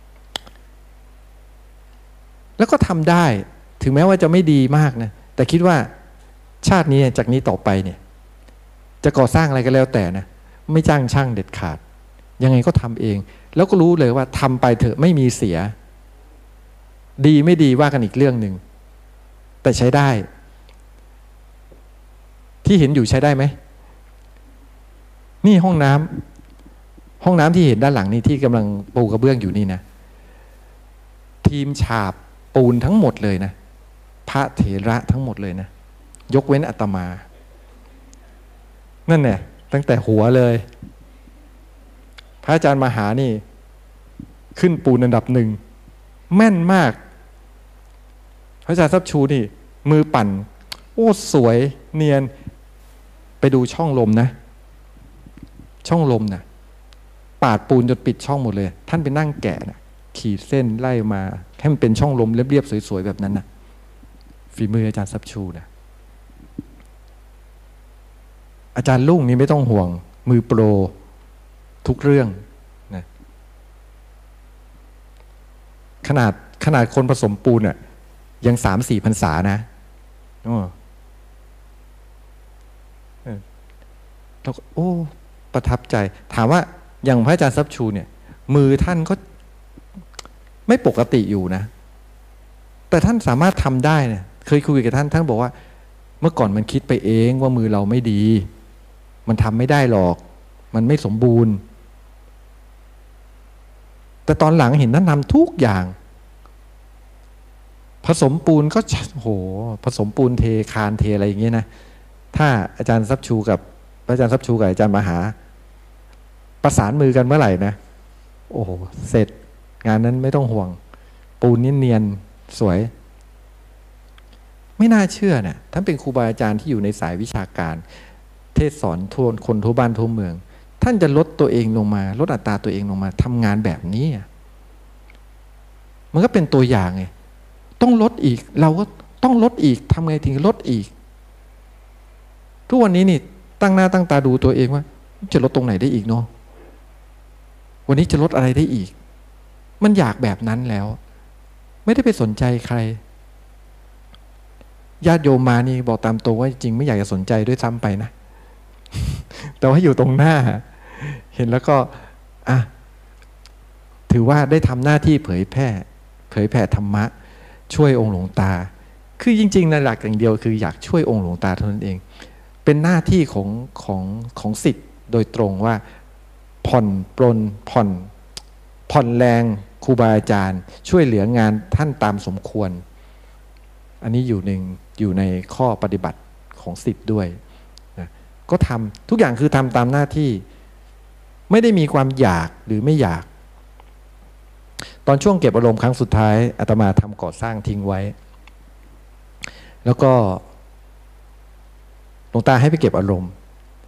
แล้วก็ทำได้ถึงแม้ว่าจะไม่ดีมากนะแต่คิดว่าชาตินี้จากนี้ต่อไปเนี่ยจะก่อสร้างอะไรก็แล้วแต่นะไม่จ้างช่างเด็ดขาดยังไงก็ทำเองแล้วก็รู้เลยว่าทำไปเถอะไม่มีเสียดีไม่ดีว่ากันอีกเรื่องหนึ่งแต่ใช้ได้ที่เห็นอยู่ใช้ได้ไหมนี่ห้องน้ำห้องน้ำที่เห็นด้านหลังนี่ที่กำลังปูกระเบื้องอยู่นี่นะทีมฉาบปูนทั้งหมดเลยนะพระเถระทั้งหมดเลยนะยกเว้นอาตมานั่นแหละตั้งแต่หัวเลยพระอาจารย์มหานี่ขึ้นปูนอันดับหนึ่งแม่นมากพระอาจารย์ทรัพย์ชูนี่มือปั่นโอ้สวยเนียนไปดูช่องลมนะช่องลมนะปาดปูนจนปิดช่องหมดเลยท่านไปนั่งแกะนะขีดเส้นไล่มาให้มันเป็นช่องลมเรียบๆสวยๆแบบนั้นนะฝีมืออาจารย์ทรัพย์ชูนะอาจารย์ลุ่งนี่ไม่ต้องห่วงมือโปรทุกเรื่องนะขนาดขนาดคนผสมปูนอ่ะยังสามสี่พรรษานะโอ้แล้วโอ้ประทับใจถามว่าอย่างพระอาจารย์ทรัพย์ชูเนี่ยมือท่านก็ไม่ปกติอยู่นะแต่ท่านสามารถทำได้เนี่ยเคยคุยกับท่านท่านบอกว่าเมื่อก่อนมันคิดไปเองว่ามือเราไม่ดีมันทำไม่ได้หรอกมันไม่สมบูรณ์แต่ตอนหลังเห็นท่านทำทุกอย่างผสมปูนก็โหผสมปูนเทคานเทอะไรอย่างเงี้ยนะถ้าอาจารย์ทรัพย์ชูกับอาจารย์ทรัพย์ชูกับอาจารย์มหาประสานมือกันเมื่อไหร่นะโอ้โหเสร็จงานนั้นไม่ต้องห่วงปูนเนียนสวยไม่น่าเชื่อเนี่ยท่านเป็นครูบาอาจารย์ที่อยู่ในสายวิชาการเทศสอนทั่วคนทั่วบ้านทั่วเมืองท่านจะลดตัวเองลงมาลดอัตราตัวเองลงมาทำงานแบบนี้มันก็เป็นตัวอย่างไงต้องลดอีกเราก็ต้องลดอีกทำไงถึงลดอีกทุกวันนี้นี่ตั้งหน้าตั้งตาดูตัวเองว่าจะลดตรงไหนได้อีกเนาะวันนี้จะลดอะไรได้อีกมันอยากแบบนั้นแล้วไม่ได้ไปสนใจใครญาติโยมมานี่บอกตามตัวว่าจริงไม่อยากจะสนใจด้วยซ้ำไปนะแต่ว่าอยู่ตรงหน้าเห็นแล้วก็อ่ะถือว่าได้ทำหน้าที่เผยแพร่เผยแผ่ธรรมะช่วยองค์หลวงตาคือจริงๆในหลักอย่างเดียวคืออยากช่วยองค์หลวงตาเท่านั้นเองเป็นหน้าที่ของของของศิษย์โดยตรงว่าผ่อนปลนผ่อนผ่อนแรงครูบาอาจารย์ช่วยเหลืองานท่านตามสมควรอันนี้อยู่หนึ่งอยู่ในข้อปฏิบัติของศิษย์ด้วยนะก็ทำทุกอย่างคือทำตามหน้าที่ไม่ได้มีความอยากหรือไม่อยากตอนช่วงเก็บอารมณ์ครั้งสุดท้ายอาตมาทำก่อสร้างทิ้งไว้แล้วก็หลวงตาให้ไปเก็บอารมณ์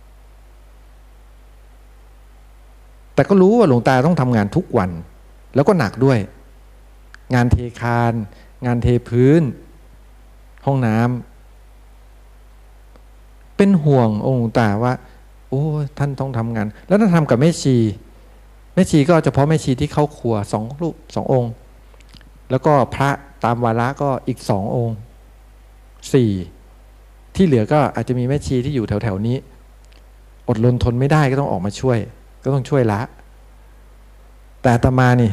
แต่ก็รู้ว่าหลวงตาต้องทำงานทุกวันแล้วก็หนักด้วยงานเทคานงานเทพื้นห้องน้ำเป็นห่วงองค์หลวงตาว่าโอ้ท่านต้องทำงานแล้วท่านทำกับแม่ชีแม่ชีก็เฉพาะแม่ชีที่เข้าครัวสองรูปสององค์แล้วก็พระตามวาระก็อีกสององค์สี่ที่เหลือก็อาจจะมีแม่ชีที่อยู่แถวๆนี้อดรนทนไม่ได้ก็ต้องออกมาช่วยก็ต้องช่วยละแต่อาตมานี่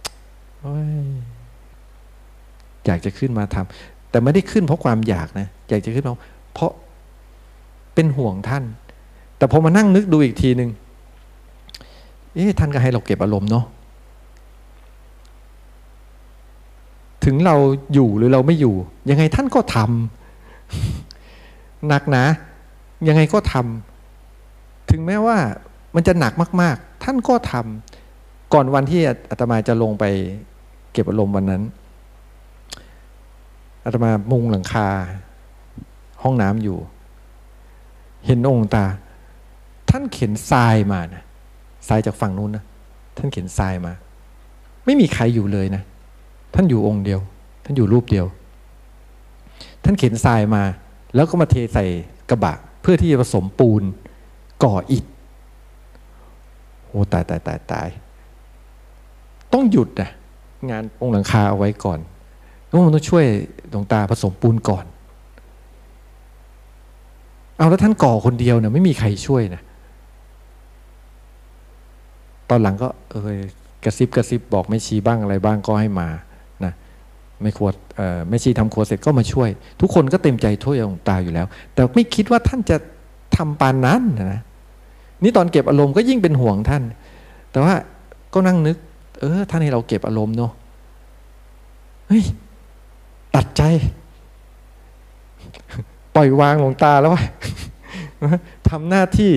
อยากจะขึ้นมาทำแต่ไม่ได้ขึ้นเพราะความอยากนะอยากจะขึ้นเพราะเพราะเป็นห่วงท่านแต่พอมานั่งนึกดูอีกทีหนึ่งเอ๊ะท่านก็ให้เราเก็บอารมณ์เนาะถึงเราอยู่หรือเราไม่อยู่ยังไงท่านก็ทำหนักนะยังไงก็ทำถึงแม้ว่ามันจะหนักมากๆท่านก็ทำก่อนวันที่อาตมาจะลงไปเก็บอารมณ์วันนั้นอาตมามุงหลังคาห้องน้ำอยู่เห็นองค์ตาท่านเข็นทรายมานะทรายจากฝั่งนู้นนะท่านเข็นทรายมาไม่มีใครอยู่เลยนะท่านอยู่องค์เดียวท่านอยู่รูปเดียวท่านเข็นทรายมาแล้วก็มาเทใส่กระบะเพื่อที่จะผสมปูนก่ออิฐโอ้ตายตายตายตายต้องหยุดนะงานองค์หลังคาเอาไว้ก่อนแล้วมันต้องช่วยหลวงตาผสมปูนก่อนเอาแล้วท่านก่อคนเดียวเนี่ยไม่มีใครช่วยนะตอนหลังก็เออกระซิบกระซิบบอกแม่ชีบ้างอะไรบ้างก็ให้มานะไม่ควรเอ่อแม่ชีทำครัวเสร็จก็มาช่วยทุกคนก็เต็มใจช่วยหลวงตาอยู่แล้วแต่ไม่คิดว่าท่านจะทำปานนั้นนะนี่ตอนเก็บอารมณ์ก็ยิ่งเป็นห่วงท่านแต่ว่าก็นั่งนึกเออท่านให้เราเก็บอารมณ์เนาะเฮ้ยตัดใจปล่อยวางหลวงตาแล้วว่าทำหน้าที่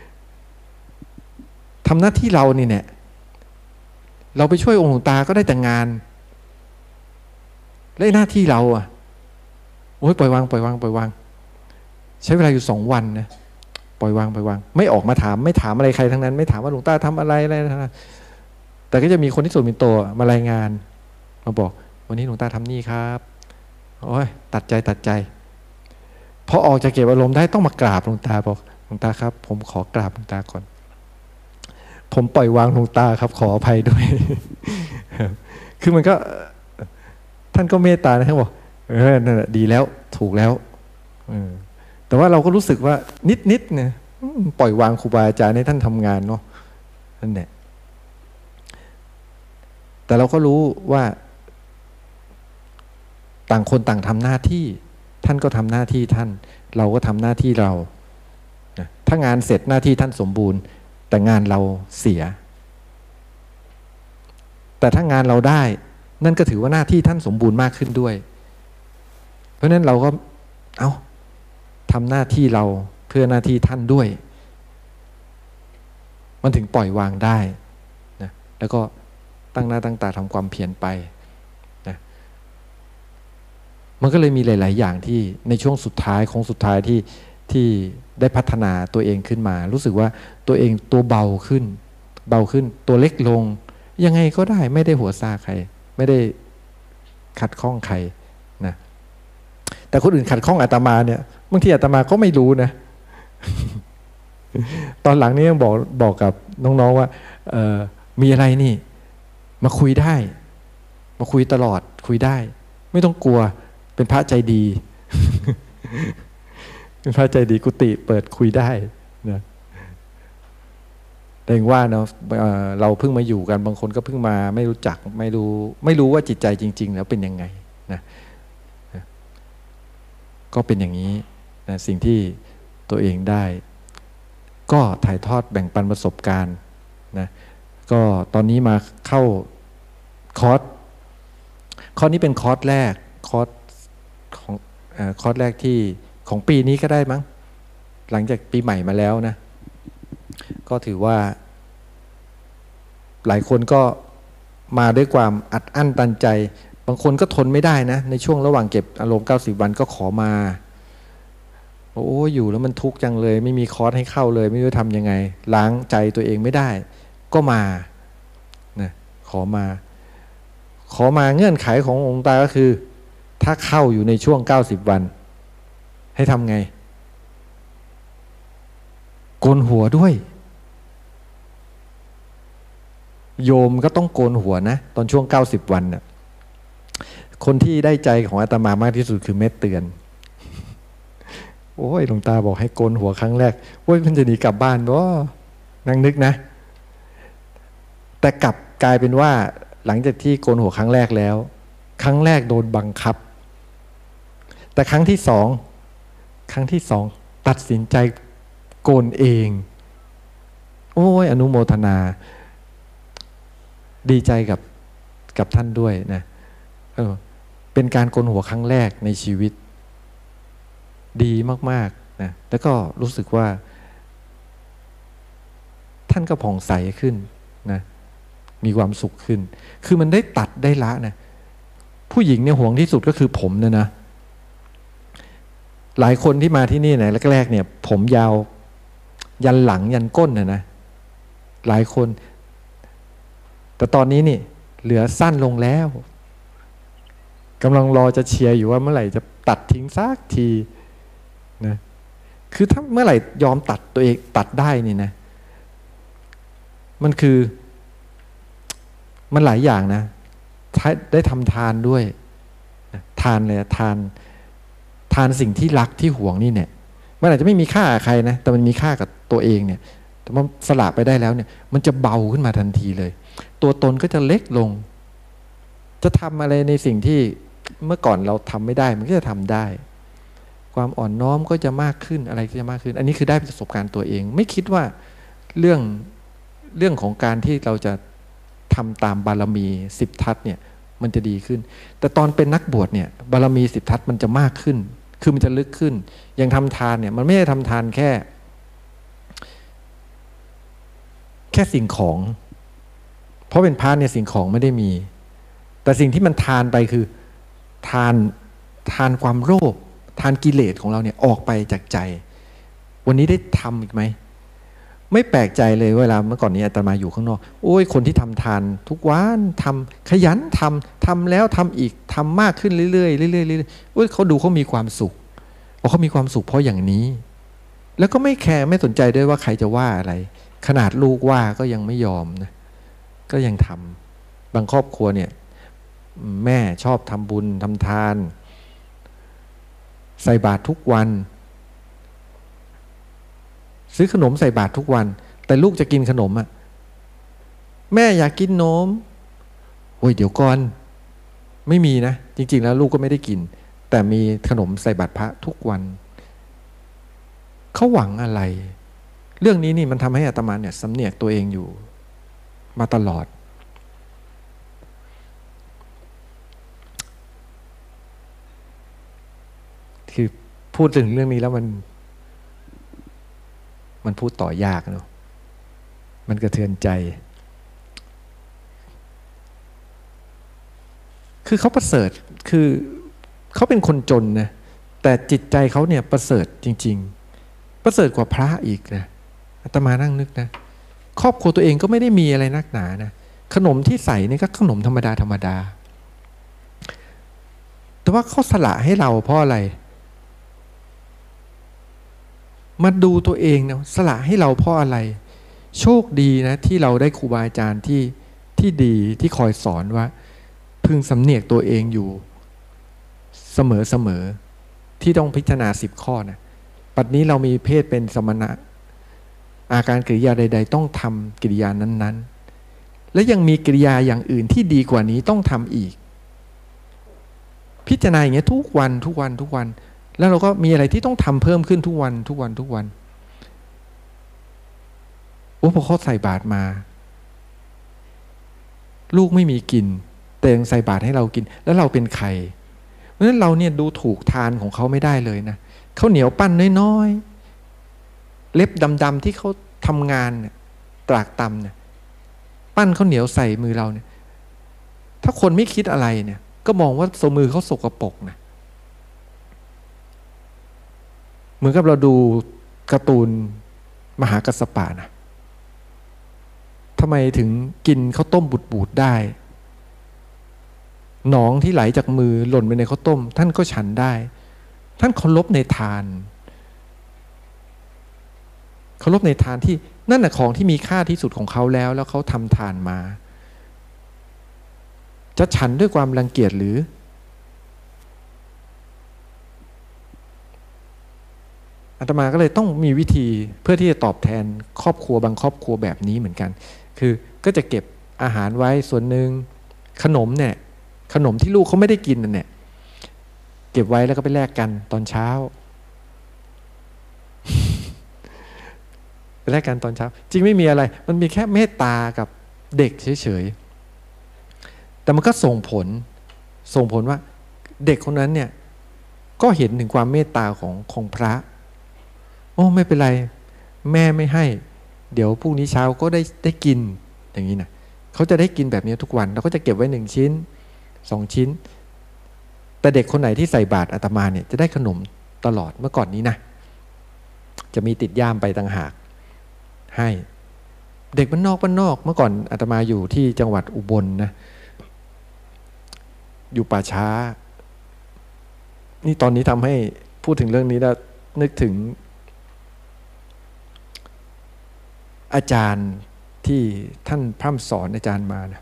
ทำหน้าที่เรานี่เนี่ยเราไปช่วยองค์หลวงตาก็ได้แต่งานและหน้าที่เราอ่ะโอ้ยปล่อยวางปล่อยวางปล่อยวางใช้เวลาอยู่สองวันนะปล่อยวางปล่อยวางไม่ออกมาถามไม่ถามอะไรใครทั้งนั้นไม่ถามว่าหลวงตาทำอะไรอะไรนะแต่ก็จะมีคนที่สุดมีโตมารายงานมาบอกวันนี้หลวงตาทำนี่ครับโอ้ยตัดใจตัดใจพอออกจากเก็บอารมณ์ได้ต้องมากราบหลวงตาบอกหลวงตาครับผมขอกราบหลวงตาก่อนผมปล่อยวางหลวงตาครับขออภัยด้วย คือมันก็ท่านก็เมตตานะท่านบอกเออนั่นแหละดีแล้วถูกแล้วแต่ว่าเราก็รู้สึกว่านิดๆเนี่ยปล่อยวางครูบาอาจารย์ให้ท่านทำงานเนาะนั่นแหละแต่เราก็รู้ว่าต่างคนต่างทำหน้าที่ท่านก็ทำหน้าที่ท่านเราก็ทำหน้าที่เราถ้างานเสร็จหน้าที่ท่านสมบูรณ์แต่งานเราเสียแต่ถ้างานเราได้นั่นก็ถือว่าหน้าที่ท่านสมบูรณ์มากขึ้นด้วยเพราะฉะนั้นเราก็เอาทำหน้าที่เราเพื่อหน้าที่ท่านด้วยมันถึงปล่อยวางได้นะแล้วก็ตั้งหน้าตั้งตาทำความเพียรไปนะมันก็เลยมีหลายๆอย่างที่ในช่วงสุดท้ายของสุดท้ายที่ที่ได้พัฒนาตัวเองขึ้นมารู้สึกว่าตัวเองตัวเบาขึ้นเบาขึ้นตัวเล็กลงยังไงก็ได้ไม่ได้หัวซาใครไม่ได้ขัดข้องใครนะแต่คนอื่นขัดข้องอาตมาเนี่ยบางทีอาตมาก็ไม่รู้นะ ตอนหลังนี้ยังบอกบอกกับน้องๆว่าเอ่อมีอะไรนี่มาคุยได้มาคุยตลอดคุยได้ไม่ต้องกลัวเป็นพระใจดี เป็นพระใจดีกุฏิเปิดคุยได้นะแต่ว่าเนาะเราเพิ่งมาอยู่กันบางคนก็เพิ่งมาไม่รู้จักไม่รู้ไม่รู้ว่าจิตใจจริงๆแล้วเป็นยังไงนะก็เป็นอย่างนี้นะสิ่งที่ตัวเองได้ก็ถ่ายทอดแบ่งปันประสบการณ์นะก็ตอนนี้มาเข้าคอร์สคอร์สนี้เป็นคอร์สแรกคอร์สของเอ่อคอร์สแรกที่ของปีนี้ก็ได้มั้งหลังจากปีใหม่มาแล้วนะก็ถือว่าหลายคนก็มาด้วยความอัดอั้นตันใจบางคนก็ทนไม่ได้นะในช่วงระหว่างเก็บอารมณ์เก้าสิบวันก็ขอมาโอ้อยู่แล้วมันทุกข์จังเลยไม่มีคอร์สให้เข้าเลยไม่รู้ทำยังไงล้างใจตัวเองไม่ได้ก็มานะขอมาขอมาเงื่อนไขขององค์ตาก็คือถ้าเข้าอยู่ในช่วงเก้าสิบวันให้ทำไงโกนหัวด้วยโยมก็ต้องโกนหัวนะตอนช่วงเก้าสิบวันน่ะคนที่ได้ใจของอาตมามากที่สุดคือเม็ดเตือนโอ้ยหลวงตาบอกให้โกนหัวครั้งแรกโอ้ยมันจะหนีกลับบ้านบ่นั่งนึกนะแต่กลับกลายเป็นว่าหลังจากที่โกนหัวครั้งแรกแล้วครั้งแรกโดนบังคับแต่ครั้งที่สองครั้งที่สองตัดสินใจโกนเองโอ้ยอนุโมทนาดีใจกับกับท่านด้วยนะเออเป็นการโกนหัวครั้งแรกในชีวิตดีมากๆนะแล้วก็รู้สึกว่าท่านก็ผ่องใสขึ้นนะมีความสุขขึ้นคือมันได้ตัดได้ละนะผู้หญิงเนี่ยห่วงที่สุดก็คือผมเนี่ยนะหลายคนที่มาที่นี่เนี่ยแรกๆเนี่ยผมยาวยันหลังยันก้นนะนะหลายคนแต่ตอนนี้นี่เหลือสั้นลงแล้วกำลังรอจะเชียร์อยู่ว่าเมื่อไหร่จะตัดทิ้งสักทีนะคือถ้าเมื่อไหร่ยอมตัดตัวเองตัดได้นี่นะมันคือมันหลายอย่างนะได้ทำทานด้วยทานเลยทานทานสิ่งที่รักที่หวงนี่เนี่ยมันอาจจะไม่มีค่ากับใครนะแต่มันมีค่ากับตัวเองเนี่ยแต่มันสละไปได้แล้วเนี่ยมันจะเบาขึ้นมาทันทีเลยตัวตนก็จะเล็กลงจะทำอะไรในสิ่งที่เมื่อก่อนเราทำไม่ได้มันก็จะทำได้ความอ่อนน้อมก็จะมากขึ้นอะไรก็จะมากขึ้นอันนี้คือได้ประสบการณ์ตัวเองไม่คิดว่าเรื่องเรื่องของการที่เราจะทำตามบารมีสิบทัศน์เนี่ยมันจะดีขึ้นแต่ตอนเป็นนักบวชเนี่ยบารมีสิบทัศน์มันจะมากขึ้นคือมันจะลึกขึ้นอย่างทำทานเนี่ยมันไม่ได้ทำทานแค่แค่สิ่งของเพราะเป็นพระเนี่ยสิ่งของไม่ได้มีแต่สิ่งที่มันทานไปคือทานทานความโลภทานกิเลสของเราเนี่ยออกไปจากใจวันนี้ได้ทำอีกไหมไม่แปลกใจเลยเวลาเมื่อก่อนนี้อาตมาอยู่ข้างนอกโอ้ยคนที่ทำทานทุกวันทำขยันทำทำแล้วทำอีกทำมากขึ้นเรื่อยๆเรื่อยๆเรื่อยๆโอ้ยเขาดูเขามีความสุขเขามีความสุขเพราะอย่างนี้แล้วก็ไม่แคร์ไม่สนใจด้วยว่าใครจะว่าอะไรขนาดลูกว่าก็ยังไม่ยอมนะก็ยังทำบางครอบครัวเนี่ยแม่ชอบทำบุญทำทานใส่บาตรทุกวันซื้อขนมใส่บาตรทุกวันแต่ลูกจะกินขนมอ่ะแม่อยากกินนมโอ้ยเดี๋ยวก่อนไม่มีนะจริงๆแล้วลูกก็ไม่ได้กินแต่มีขนมใส่บาตรพระทุกวันเขาหวังอะไรเรื่องนี้นี่มันทำให้อาตมาเนี่ยสำเนียกตัวเองอยู่มาตลอดคือพูดถึงเรื่องนี้แล้วมันมันพูดต่อยากเนาะมันกระเทือนใจคือเขาประเสริฐคือเขาเป็นคนจนนะแต่จิตใจเขาเนี่ยประเสริฐจริงๆประเสริฐกว่าพระอีกนะอาตมานั่งนึกนะครอบครัวตัวเองก็ไม่ได้มีอะไรนักหนานะขนมที่ใส่นี่ก็ขนมธรรมดาธรรมดาแต่ว่าเขาสละให้เราเพราะอะไรมาดูตัวเองนะสละให้เราเพราะอะไรโชคดีนะที่เราได้ครูบาอาจารย์ที่ที่ดีที่คอยสอนว่าพึงสำเนียกตัวเองอยู่เสมอเสมอที่ต้องพิจารณาสิบข้อนะปัจจุบันนี้เรามีเพศเป็นสมณะอาการกิริยาใดๆต้องทำกิริยานั้นๆและยังมีกิริยาอย่างอื่นที่ดีกว่านี้ต้องทำอีกพิจารณาอย่างเงี้ยทุกวันทุกวันทุกวันแล้วเราก็มีอะไรที่ต้องทำเพิ่มขึ้นทุกวันทุกวันทุกวันโอ้พอเขาใส่บาตรมาลูกไม่มีกินแต่ยังใส่บาตรให้เรากินแล้วเราเป็นใครเพราะฉะนั้นเราเนี่ยดูถูกทานของเขาไม่ได้เลยนะเขาเหนียวปั้นน้อยๆเล็บดำๆที่เขาทำงานเนี่ยตรากตำเนี่ยปั้นเขาเหนียวใส่มือเราเนี่ยถ้าคนไม่คิดอะไรเนี่ยก็มองว่าโซมือเขาสกปรกนะเหมือนกับเราดูการ์ตูนมหากัสสปะนะทำไมถึงกินข้าวต้มบูดๆได้หนองที่ไหลจากมือหล่นไปในข้าวต้มท่านก็ฉันได้ท่านเคารพในทานเคารพในทานที่นั่นแหละของที่มีค่าที่สุดของเขาแล้วแล้วเขาทำทานมาจะฉันด้วยความรังเกียจหรืออาตมาก็เลยต้องมีวิธีเพื่อที่จะตอบแทนครอบครัวบางครอบครัวแบบนี้เหมือนกันคือก็จะเก็บอาหารไว้ส่วนหนึ่งขนมเนี่ยขนมที่ลูกเขาไม่ได้กินนั่นเนี่ยเก็บไว้แล้วก็ไปแลกกันตอนเช้าไปแลกกันตอนเช้าจริงไม่มีอะไรมันมีแค่เมตตากับเด็กเฉยๆแต่มันก็ส่งผลส่งผลว่าเด็กคนนั้นเนี่ยก็เห็นถึงความเมตตาของของพระโอ้ไม่เป็นไรแม่ไม่ให้เดี๋ยวพรุ่งนี้เช้าก็ได้ได้กินอย่างนี้นะเขาจะได้กินแบบนี้ทุกวันเราก็จะเก็บไว้หนึ่งชิ้นสองชิ้นแต่เด็กคนไหนที่ใส่บาตรอาตมาเนี่ยจะได้ขนมตลอดเมื่อก่อนนี้นะจะมีติดย่ามไปต่างหากให้เด็กบ้านนอกบ้านนอกเมื่อก่อนอาตมาอยู่ที่จังหวัดอุบลนะอยู่ป่าช้านี่ตอนนี้ทำให้พูดถึงเรื่องนี้แล้วนึกถึงอาจารย์ที่ท่านพร่ำสอนอาจารย์มานะ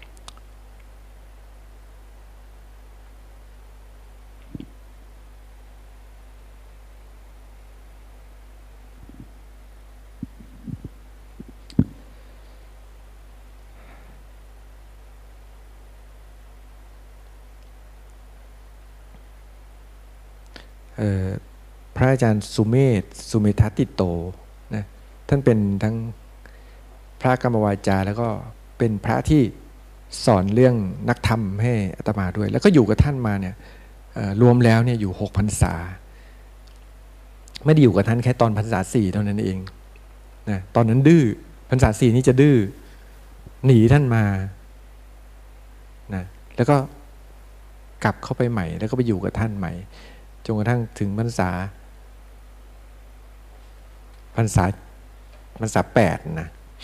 พระอาจารย์สุเมธสุเมธติโตนะท่านเป็นทั้งพระกรรมวาจาแล้วก็เป็นพระที่สอนเรื่องนักธรรมให้อาตมาด้วยแล้วก็อยู่กับท่านมาเนี่ยรวมแล้วเนี่ยอยู่หกพรรษาไม่ได้อยู่กับท่านแค่ตอนพรรษาสี่เท่านั้นเองนะตอนนั้นดื้อพรรษาสี่นี่จะดื้อหนีท่านมานะแล้วก็กลับเข้าไปใหม่แล้วก็ไปอยู่กับท่านใหม่จนกระทั่งถึงพรรษาพรรษาพรรษาแปดนะ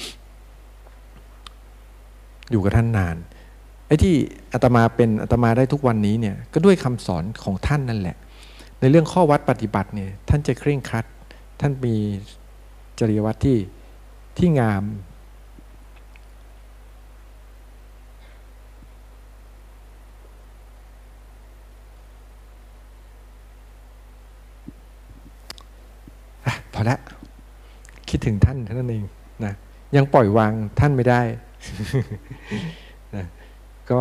อยู่กับท่านนานไอ้ที่อาตมาเป็นอาตมาได้ทุกวันนี้เนี่ยก็ด้วยคำสอนของท่านนั่นแหละในเรื่องข้อวัดปฏิบัติเนี่ยท่านจะเคร่งครัดท่านมีจริยวัตรที่ที่งามพอละคิดถึงท่านเท่านั้นเองนะยังปล่อยวางท่านไม่ได้ นะก็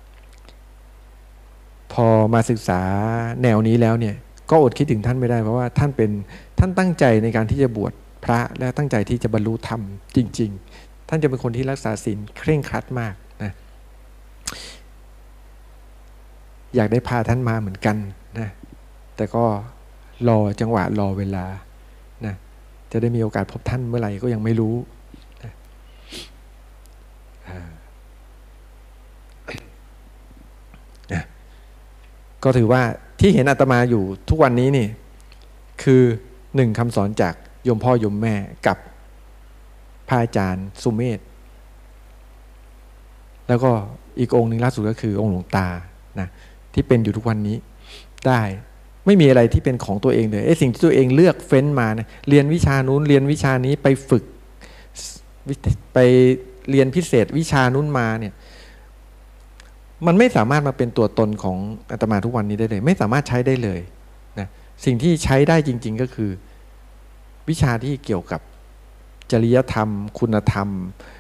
พอมาศึกษาแนวนี้แล้วเนี่ยก็อดคิดถึงท่านไม่ได้เพราะว่าท่านเป็นท่านตั้งใจในการที่จะบวชพระและตั้งใจที่จะบรรลุธรรมจริงๆท่านจะเป็นคนที่รักษาศีลเคร่งครัดมากนะอยากได้พาท่านมาเหมือนกันนะแต่ก็รอจังหวะรอเวลานะจะได้มีโอกาสพบท่านเมื่อไหร่ก็ยังไม่รู้นะนะก็ถือว่าที่เห็นอาตมาอยู่ทุกวันนี้นี่คือหนึ่งคำสอนจากโยมพ่อโยมแม่กับพระอาจารย์สุเมธแล้วก็อีกองค์หนึ่งล่าสุดก็คือองค์หลวงตานะที่เป็นอยู่ทุกวันนี้ได้ไม่มีอะไรที่เป็นของตัวเองเลยไอ้สิ่งที่ตัวเองเลือกเฟ้นมานะเรียนวิชานู้นเรียนวิชานี้ไปฝึกไปเรียนพิเศษวิชานู้นมาเนี่ยมันไม่สามารถมาเป็นตัวตนของอาตมาทุกวันนี้ได้เลยไม่สามารถใช้ได้เลยนะสิ่งที่ใช้ได้จริงๆก็คือวิชาที่เกี่ยวกับจริยธรรมคุณธรรม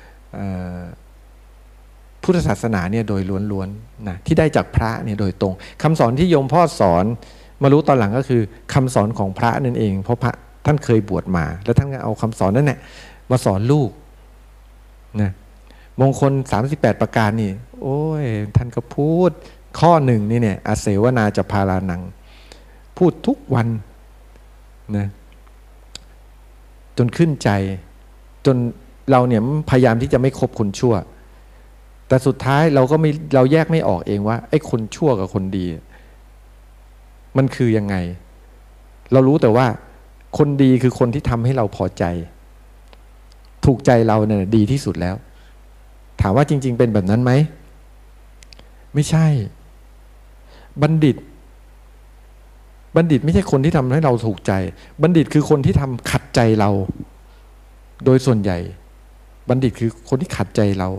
พุทธศาสนาเนี่ยโดยล้วนๆนะที่ได้จากพระเนี่ยโดยตรงคำสอนที่โยมพ่อสอนมารู้ตอนหลังก็คือคำสอนของพระนั่นเองเพราะพระท่านเคยบวชมาแล้วท่านก็เอาคำสอนนั่นแหละมาสอนลูกนะมงคลสามสิบแปดประการนี่โอ้ยท่านก็พูดข้อหนึ่งนี่เนี่ยอาเสวนาจะพาลานังพูดทุกวันนะจนขึ้นใจจนเราเนี่ยพยายามที่จะไม่คบคนชั่วแต่สุดท้ายเราก็ไม่เราแยกไม่ออกเองว่าไอ้คนชั่วกับคนดีมันคือยังไงเรารู้แต่ว่าคนดีคือคนที่ทำให้เราพอใจถูกใจเราเนี่ยดีที่สุดแล้วถามว่าจริงๆเป็นแบบนั้นไหมไม่ใช่บัณฑิตบัณฑิตไม่ใช่คนที่ทำให้เราถูกใจบัณฑิตคือคนที่ทำขัดใจเราโดยส่วนใหญ่บัณฑิตคือคนที่ขัดใจเรา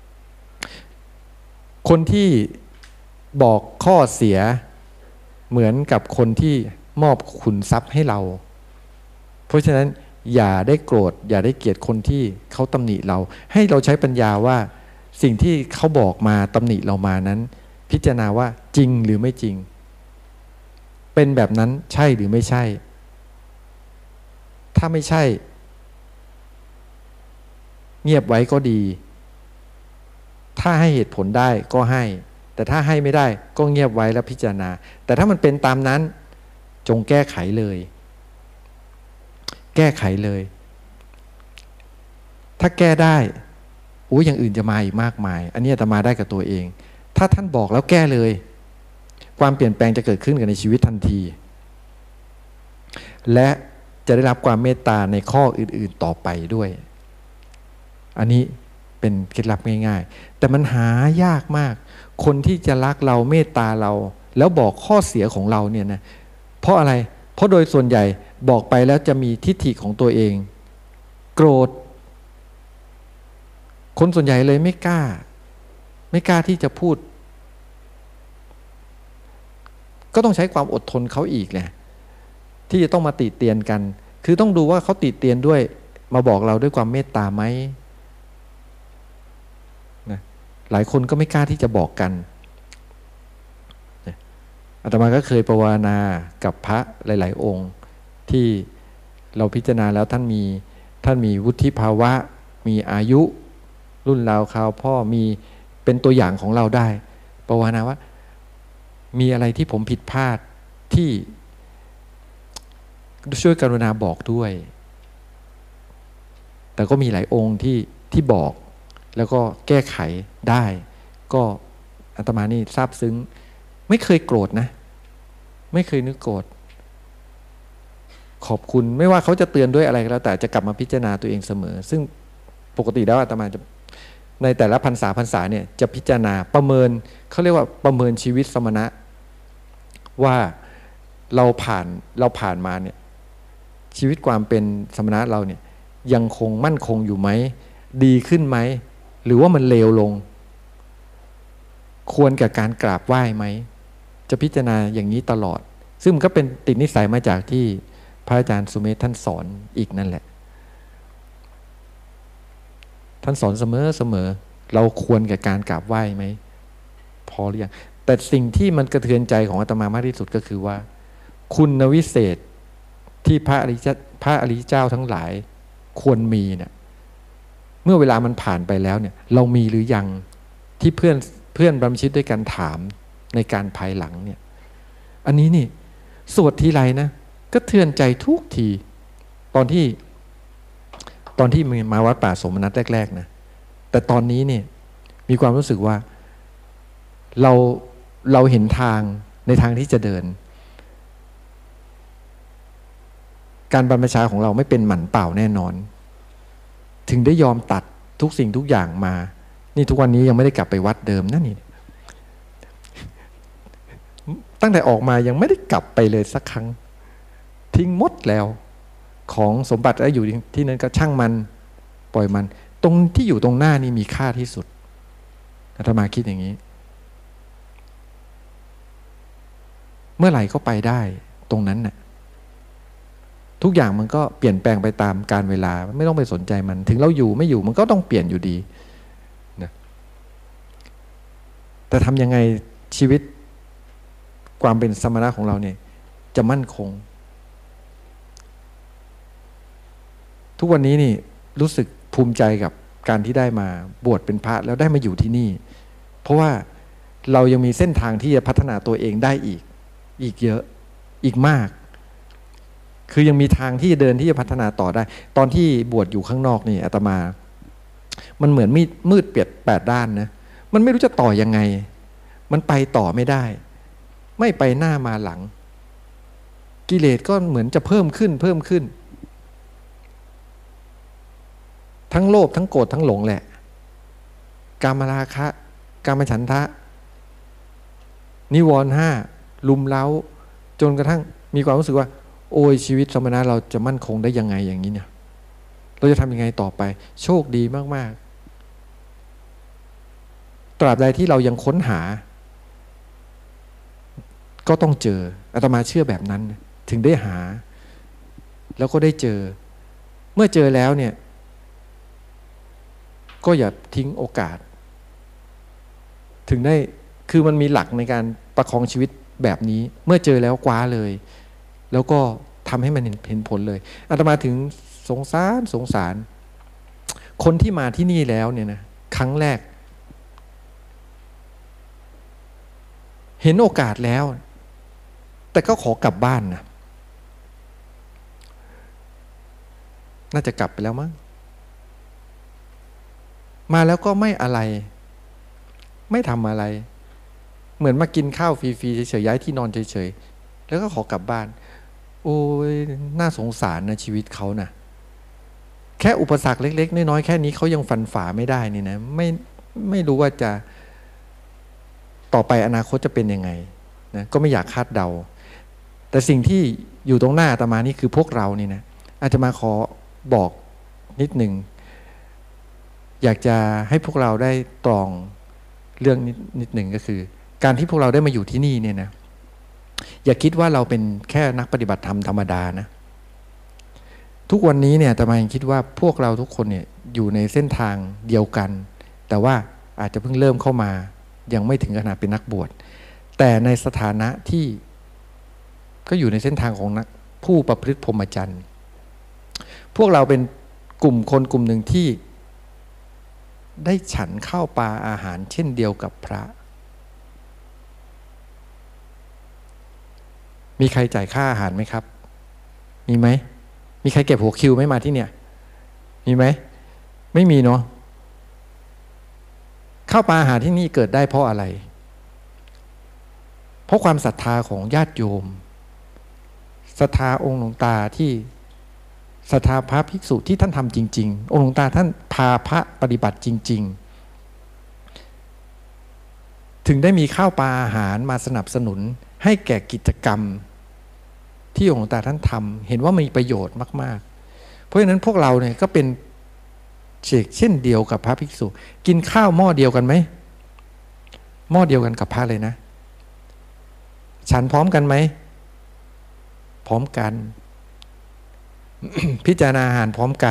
คนที่บอกข้อเสียเหมือนกับคนที่มอบขุนทรัพย์ให้เราเพราะฉะนั้นอย่าได้โกรธอย่าได้เกลียดคนที่เขาตำหนิเราให้เราใช้ปัญญาว่าสิ่งที่เขาบอกมาตำหนิเรามานั้นพิจารณาว่าจริงหรือไม่จริงเป็นแบบนั้นใช่หรือไม่ใช่ถ้าไม่ใช่เงียบไว้ก็ดีถ้าให้เหตุผลได้ก็ให้แต่ถ้าให้ไม่ได้ก็เงียบไว้แล้วพิจารณาแต่ถ้ามันเป็นตามนั้นจงแก้ไขเลยแก้ไขเลยถ้าแก้ได้โอ้ยอย่างอื่นจะมาอีกมากมายอันนี้อาตมาได้กับตัวเองถ้าท่านบอกแล้วแก้เลยความเปลี่ยนแปลงจะเกิดขึ้นกับในชีวิตทันทีและจะได้รับความเมตตาในข้ออื่นๆต่อไปด้วยอันนี้เป็นเคล็ดลับง่ายๆแต่มันหายากมากคนที่จะรักเราเมตตาเราแล้วบอกข้อเสียของเราเนี่ยนะเพราะอะไรเพราะโดยส่วนใหญ่บอกไปแล้วจะมีทิฏฐิของตัวเองโกรธคนส่วนใหญ่เลยไม่กล้าไม่กล้าที่จะพูดก็ต้องใช้ความอดทนเขาอีกแหละที่จะต้องมาติเตียนกันคือต้องดูว่าเขาติเตียนด้วยมาบอกเราด้วยความเมตตาไหมนะหลายคนก็ไม่กล้าที่จะบอกกันอาตมาก็เคยภาวนากับพระหลายๆองค์ที่เราพิจารณาแล้วท่านมีท่านมีวุฒิภาวะมีอายุรุ่นราวคราวพ่อมีเป็นตัวอย่างของเราได้ภาวนาว่ามีอะไรที่ผมผิดพลาดที่ช่วยกรุณาบอกด้วยแต่ก็มีหลายองค์ที่ที่บอกแล้วก็แก้ไขได้ก็อาตมานี่ซาบซึ้งไม่เคยโกรธนะไม่เคยนึกโกรธขอบคุณไม่ว่าเขาจะเตือนด้วยอะไรก็แล้วแต่จะกลับมาพิจารณาตัวเองเสมอซึ่งปกติแล้วอาตมาจะในแต่ละพรรษาพรรษาเนี่ยจะพิจารณาประเมินเขาเรียกว่าประเมินชีวิตสมณะว่าเราผ่านเราผ่านมาเนี่ยชีวิตความเป็นสมณะเราเนี่ยยังคงมั่นคงอยู่ไหมดีขึ้นไหมหรือว่ามันเลวลงควรกับการกราบไหว้ไหมจะพิจารณาอย่างนี้ตลอดซึ่งมันก็เป็นติดนิสัยมาจากที่พระอาจารย์สุเมธท่านสอนอีกนั่นแหละท่านสอนเสมอเสมอเราควรกับการกราบไหว้ไหมพอหรือยังแต่สิ่งที่มันกระเทือนใจของอาตมามากที่สุดก็คือว่าคุณวิเศษที่พระอริยพระอริยเจ้าทั้งหลายควรมีเนี่ยเมื่อเวลามันผ่านไปแล้วเนี่ยเรามีหรือยังที่เพื่อนเพื่อนบรรพชิตด้วยกันถามในการภายหลังเนี่ยอันนี้นี่สวดทีไรนะก็เทือนใจทุกทีตอนที่ตอนที่มาวัดป่าสมนัตแรกๆนะแต่ตอนนี้เนี่ยมีความรู้สึกว่าเราเราเห็นทางในทางที่จะเดินการบรรพชาของเราไม่เป็นหมันเปล่าแน่นอนถึงได้ยอมตัดทุกสิ่งทุกอย่างมานี่ทุกวันนี้ยังไม่ได้กลับไปวัดเดิมนั่นนี่ตั้งแต่ออกมายังไม่ได้กลับไปเลยสักครั้งทิ้งหมดแล้วของสมบัติอะไรอยู่ที่นั้นก็ช่างมันปล่อยมันตรงที่อยู่ตรงหน้านี่มีค่าที่สุดอาตมาคิดอย่างนี้เมื่อไหร่ก็ไปได้ตรงนั้นน่ะทุกอย่างมันก็เปลี่ยนแปลงไปตามกาลเวลาไม่ต้องไปสนใจมันถึงเราอยู่ไม่อยู่มันก็ต้องเปลี่ยนอยู่ดีนะแต่ทำยังไงชีวิตความเป็นสมณะของเราเนี่ยจะมั่นคงทุกวันนี้นี่รู้สึกภูมิใจกับการที่ได้มาบวชเป็นพระแล้วได้มาอยู่ที่นี่เพราะว่าเรายังมีเส้นทางที่จะพัฒนาตัวเองได้อีกอีกเยอะอีกมากคือยังมีทางที่จะเดินที่จะพัฒนาต่อได้ตอนที่บวชอยู่ข้างนอกนี่อาตมามันเหมือนมีดมืดเปียดแปดด้านนะมันไม่รู้จะต่อยังไงมันไปต่อไม่ได้ไม่ไปหน้ามาหลังกิเลสก็เหมือนจะเพิ่มขึ้นเพิ่มขึ้นทั้งโลภทั้งโกรธทั้งหลงแหละกามราคะกามฉันทะนิวรณ์ห้าลุมเล้าจนกระทั่งมีความรู้สึกว่าโอ้ยชีวิตสมณะเราจะมั่นคงได้ยังไงอย่างนี้เนี่ยเราจะทำยังไงต่อไปโชคดีมากๆตราบใดที่เรายังค้นหาก็ต้องเจออาตมาเชื่อแบบนั้นถึงได้หาแล้วก็ได้เจอเมื่อเจอแล้วเนี่ยก็อย่าทิ้งโอกาสถึงได้คือมันมีหลักในการประคองชีวิตแบบนี้เมื่อเจอแล้วคว้าเลยแล้วก็ทำให้มันเห็นผลเลยอาตมาถึงสงสารสงสารคนที่มาที่นี่แล้วเนี่ยนะครั้งแรกเห็นโอกาสแล้วแต่ก็ขอกลับบ้านนะน่าจะกลับไปแล้วมั้งมาแล้วก็ไม่อะไรไม่ทำอะไรเหมือนมากินข้าวฟรีๆเฉยๆย้ายที่นอนเฉยๆแล้วก็ขอกลับบ้านโอ้ยน่าสงสารนะชีวิตเขานะแค่อุปสรรคเล็กๆน้อยๆแค่นี้เขายังฟันฝ่าไม่ได้นี่นะไม่ไม่รู้ว่าจะต่อไปอนาคตจะเป็นยังไงนะก็ไม่อยากคาดเดาแต่สิ่งที่อยู่ตรงหน้าอาตมานี่คือพวกเรานี่นะอาตมาขอบอกนิดหนึ่งอยากจะให้พวกเราได้ตรองเรื่องนิดนิดหนึ่งก็คือ การที่พวกเราได้มาอยู่ที่นี่เนี่ยนะอย่าคิดว่าเราเป็นแค่นักปฏิบัติธรรมธรรมดานะทุกวันนี้เนี่ยอาตมายังคิดว่าพวกเราทุกคนเนี่ยอยู่ในเส้นทางเดียวกันแต่ว่าอาจจะเพิ่งเริ่มเข้ามายังไม่ถึงขนาดเป็นนักบวชแต่ในสถานะที่ก็อยู่ในเส้นทางของนักผู้ประพฤติพรหมจรรย์พวกเราเป็นกลุ่มคนกลุ่มหนึ่งที่ได้ฉันข้าวปลาอาหารเช่นเดียวกับพระมีใครจ่ายค่าอาหารไหมครับมีไหมมีใครเก็บหัวคิวไม่มาที่เนี่ยมีไหมไม่มีเนาะข้าวปลาอาหารที่นี่เกิดได้เพราะอะไรเพราะความศรัทธาของญาติโยมศรัทธาองค์หลวงตาที่ศรัทธาพระภิกษุที่ท่านทำจริงๆองค์หลวงตาท่านพาพระปฏิบัติจริงๆถึงได้มีข้าวปลาอาหารมาสนับสนุนให้แก่กิจกรรมที่องค์หลวงตาท่านทำเห็นว่ามีประโยชน์มากๆเพราะฉะนั้นพวกเราเนี่ยก็เป็นเชกเช่นเดียวกับพระภิกษุกินข้าวหม้อเดียวกันไหมหม้อเดียวกันกับพระเลยนะฉันพร้อมกันไหมพร้อมกัน พิจารณาอาหารพร้อมกัน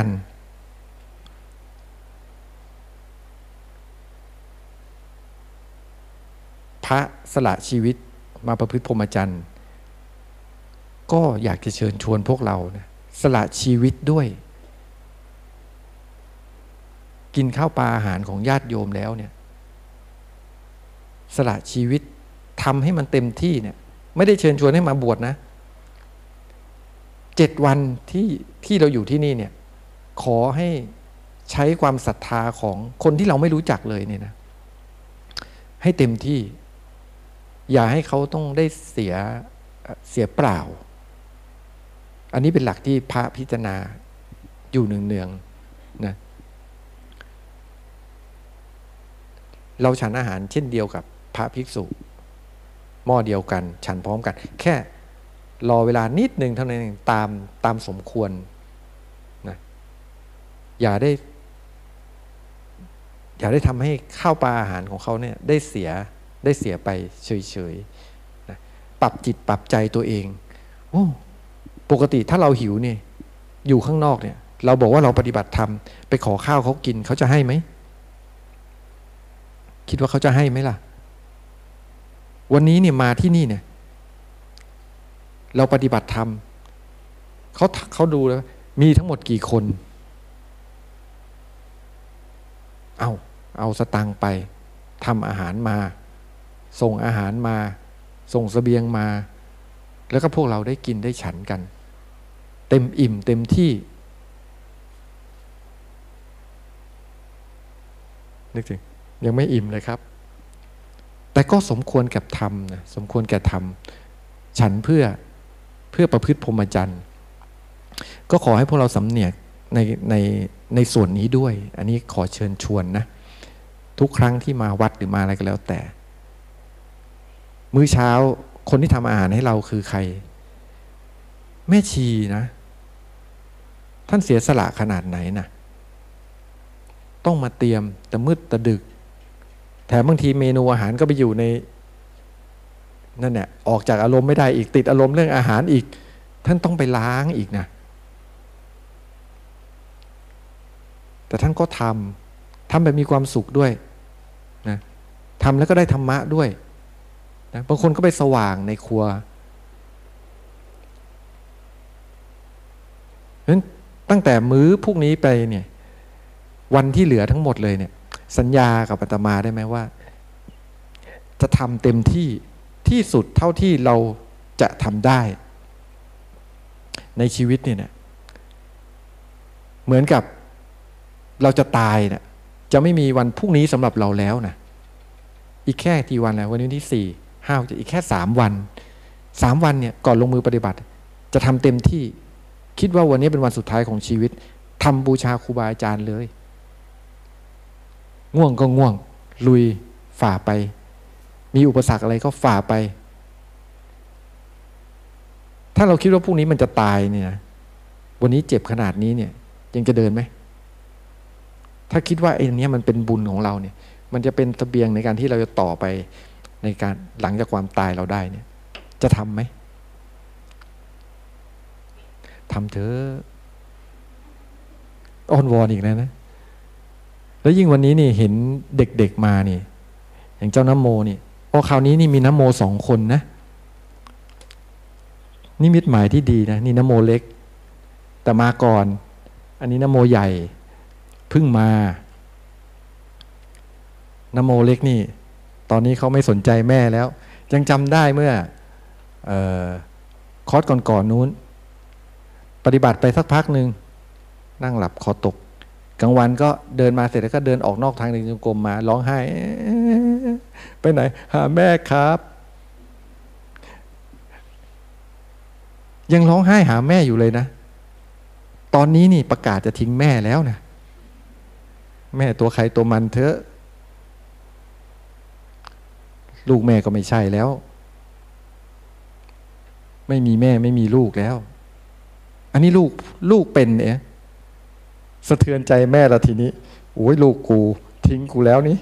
พระสละชีวิตมาประพฤติพรหมจรรย์ก็อยากจะเชิญชวนพวกเรานะสละชีวิตด้วยกินข้าวปลาอาหารของญาติโยมแล้วเนี่ยสละชีวิตทำให้มันเต็มที่เนี่ยไม่ได้เชิญชวนให้มาบวชนะเจ็ดวันที่ที่เราอยู่ที่นี่เนี่ยขอให้ใช้ความศรัทธาของคนที่เราไม่รู้จักเลยเนี่ยนะให้เต็มที่อย่าให้เขาต้องได้เสียเสียเปล่าอันนี้เป็นหลักที่พระพิจารณาอยู่เนืองๆนะเราฉันอาหารเช่นเดียวกับพระภิกษุหม้อเดียวกันฉันพร้อมกันแค่รอเวลานิดนึงเท่านั้นเองตามตามสมควรนะอย่าได้อย่าได้ทำให้ข้าวปลาอาหารของเขาเนี่ยได้เสียได้เสียไปเฉยๆนะปรับจิตปรับใจตัวเองโอ้ปกติถ้าเราหิวเนี่ยอยู่ข้างนอกเนี่ยเราบอกว่าเราปฏิบัติธรรมไปขอข้าวเขากินเขาจะให้ไหมคิดว่าเขาจะให้ไหมล่ะวันนี้เนี่ยมาที่นี่เนี่ยเราปฏิบัติธรรมเขาเขาดูแล้วมีทั้งหมดกี่คนเอาเอาสตังค์ไปทำอาหารมาส่งอาหารมาส่งเสบียงมาแล้วก็พวกเราได้กินได้ฉันกันเต็มอิ่มเต็มที่นึกถึงยังไม่อิ่มเลยครับแต่ก็สมควรแก่ธรรมนะสมควรแก่ธรรมฉันเพื่อเพื่อประพฤติพรหมจรรย์ก็ขอให้พวกเราสำเนียกในในในส่วนนี้ด้วยอันนี้ขอเชิญชวนนะทุกครั้งที่มาวัดหรือมาอะไรก็แล้วแต่มื้อเช้าคนที่ทำอาหารให้เราคือใครแม่ชีนะท่านเสียสละขนาดไหนนะต้องมาเตรียมแต่มืดแต่ดึกแถมบางทีเมนูอาหารก็ไปอยู่ในนั่นแหละออกจากอารมณ์ไม่ได้อีกติดอารมณ์เรื่องอาหารอีกท่านต้องไปล้างอีกนะแต่ท่านก็ทำทำแบบมีความสุขด้วยนะทำแล้วก็ได้ธรรมะด้วยนะบางคนก็ไปสว่างในครัวเพราะฉะนั้นตั้งแต่มื้อพวกนี้ไปเนี่ยวันที่เหลือทั้งหมดเลยเนี่ยสัญญากับอาตมาได้ไหมว่าจะทำเต็มที่ที่สุดเท่าที่เราจะทำได้ในชีวิตเนี่ยนะเหมือนกับเราจะตายเนี่ยจะไม่มีวันพรุ่งนี้สำหรับเราแล้วนะอีกแค่กี่วันแล้ววันนี้ที่สี่ห้าจะอีกแค่สามวันสามวันเนี่ยก่อนลงมือปฏิบัติจะทำเต็มที่คิดว่าวันนี้เป็นวันสุดท้ายของชีวิตทำบูชาครูบาอาจารย์เลยง่วงก็ง่วงลุยฝ่าไปมีอุปสรรคอะไรก็ฝ่าไปถ้าเราคิดว่าพรุ่งนี้มันจะตายเนี่ยวันนี้เจ็บขนาดนี้เนี่ยยังจะเดินไหมถ้าคิดว่าไอ้นี้มันเป็นบุญของเราเนี่ยมันจะเป็นเสบียงในการที่เราจะต่อไปในการหลังจากความตายเราได้เนี่ยจะทำไหมทำเถอะอ้อนวอนอีกแล้วนะแล้วยิ่งวันนี้นี่เห็นเด็กๆมานี่อย่างเจ้าน้ำโมนี่พอคราวนี้นี่มีน้ำโมสองคนนะนี่มิตรหมายที่ดีนะนี่น้ำโมเล็กแต่มาก่อนอันนี้น้ำโมใหญ่เพิ่งมาน้ำโมเล็กนี่ตอนนี้เขาไม่สนใจแม่แล้วยังจำได้เมื่อเอ่อคอร์สก่อนๆนู้นปฏิบัติไปสักพักหนึ่งนั่งหลับคอตกกลางวันก็เดินมาเสร็จแล้วก็เดินออกนอกทางเดินจงกรมมาร้องไห้ไปไหนหาแม่ครับยังร้องไห้หาแม่อยู่เลยนะตอนนี้นี่ประกาศจะทิ้งแม่แล้วนะแม่ตัวใครตัวมันเถอะลูกแม่ก็ไม่ใช่แล้วไม่มีแม่ไม่มีลูกแล้วอันนี้ลูกลูกเป็นเนี่ยสะเทือนใจแม่ละทีนี้โอ้ยลูกกูทิ้งกูแล้วนี่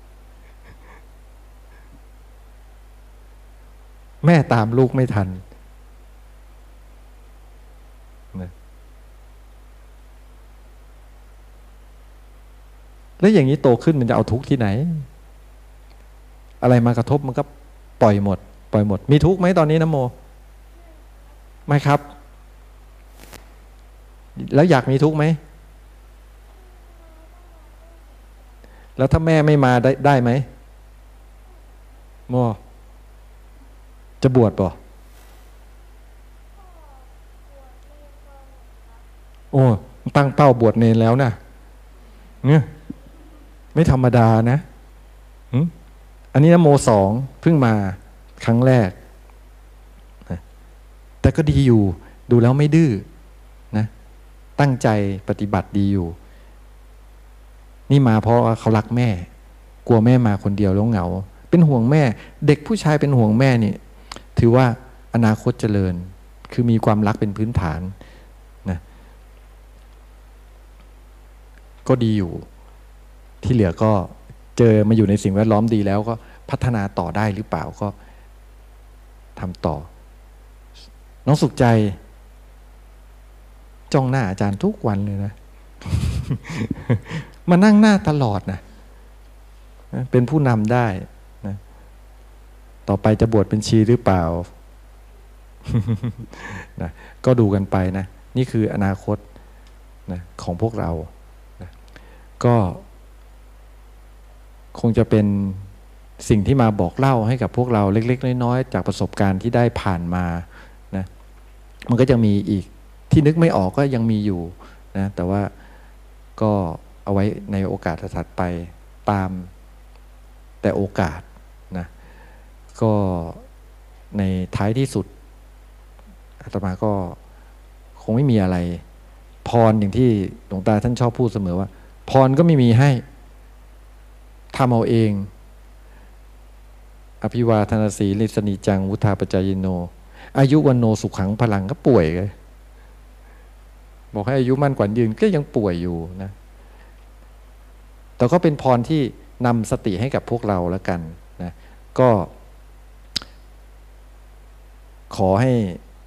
แม่ตามลูกไม่ทันนะแล้วอย่างนี้โตขึ้นมันจะเอาทุกข์ที่ไหนอะไรมากระทบมันก็ปล่อยหมดปล่อยหมดมีทุกข์ไหมตอนนี้นะโมไม่ครับแล้วอยากมีทุกข์ไหมแล้วถ้าแม่ไม่มาได้ได้ไหมโมจะบวชป่ะโอ้ตั้งเป้าบวชเนรแล้วนะเนี่ยไม่ธรรมดานะอันนี้นะโมสองเพิ่งมาครั้งแรกแต่ก็ดีอยู่ดูแล้วไม่ดื้อนะตั้งใจปฏิบัติดีอยู่นี่มาเพราะเขารักแม่กลัวแม่มาคนเดียวแล้วเหงาเป็นห่วงแม่เด็กผู้ชายเป็นห่วงแม่นี่ถือว่าอนาคตเจริญคือมีความรักเป็นพื้นฐานนะก็ดีอยู่ที่เหลือก็เจอมาอยู่ในสิ่งแวดล้อมดีแล้วก็พัฒนาต่อได้หรือเปล่าก็ทำต่อน้องสุขใจจ้องหน้าอาจารย์ทุกวันเลยนะมานั่งหน้าตลอดนะเป็นผู้นำได้นะต่อไปจะบวชเป็นชีหรือเปล่า นะก็ดูกันไปนะนี่คืออนาคตนะของพวกเรานะก็คงจะเป็นสิ่งที่มาบอกเล่าให้กับพวกเราเล็กๆน้อยๆจากประสบการณ์ที่ได้ผ่านมานะมันก็จะมีอีกที่นึกไม่ออกก็ยังมีอยู่นะแต่ว่าก็เอาไว้ในโอกาสถัดไปตามแต่โอกาสนะก็ในท้ายที่สุดอาตมาก็คงไม่มีอะไรพรอย่างที่หลวงตาท่านชอบพูดเสมอว่าพรก็ไม่มีให้ทำเอาเองอภิวาทนาสีลิสนีจังวุธาปจายโนอายุวันโนสุขังพลังก็ป่วยเลยบอกให้อายุมั่นขวัญยืนก็ยังป่วยอยู่นะแต่ก็เป็นพรที่นำสติให้กับพวกเราแล้วกันนะก็ขอให้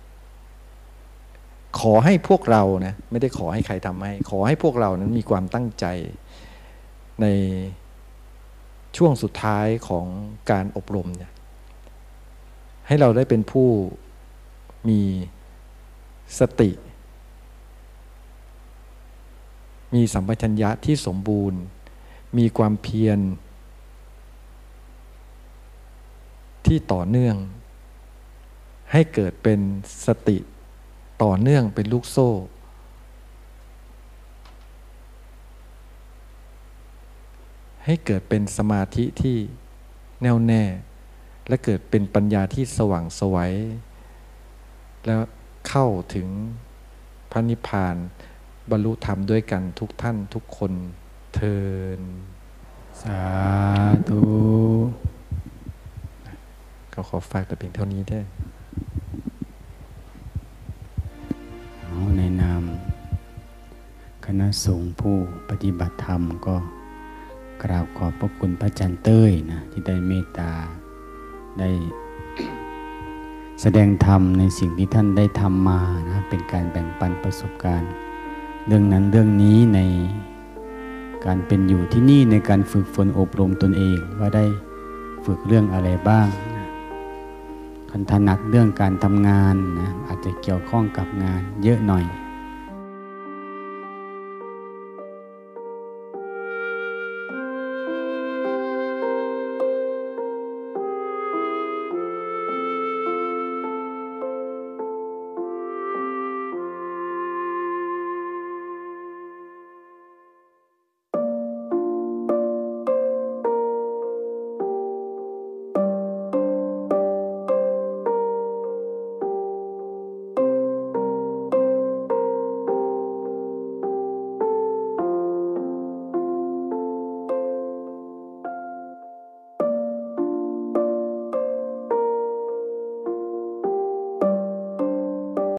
ขอให้พวกเรานะไม่ได้ขอให้ใครทำให้ขอให้พวกเรานั้นมีความตั้งใจในช่วงสุดท้ายของการอบรมเนี่ยให้เราได้เป็นผู้มีสติมีสัมปชัญญะที่สมบูรณ์มีความเพียรที่ต่อเนื่องให้เกิดเป็นสติต่อเนื่องเป็นลูกโซ่ให้เกิดเป็นสมาธิที่แน่วแน่และเกิดเป็นปัญญาที่สว่างไสวแล้วเข้าถึงพระนิพพานบรรลุธรรมด้วยกันทุกท่านทุกคนเทินสาธุก็ขอฝากแต่เพียงเท่านี้ได้ในนามคณะสงฆ์ผู้ปฏิบัติธรรมก็กราบขอบพระคุณพระอาจารย์เต้ยนะที่ได้เมตตาได้ แสดงธรรมในสิ่งที่ท่านได้ทำมานะเป็นการแบ่งปันประสบการณ์เรื่องนั้นเรื่องนี้ในการเป็นอยู่ที่นี่ในการฝึกฝนอบรมตนเองว่าได้ฝึกเรื่องอะไรบ้างนะคันถนัดเรื่องการทำงานนะอาจจะเกี่ยวข้องกับงานเยอะหน่อย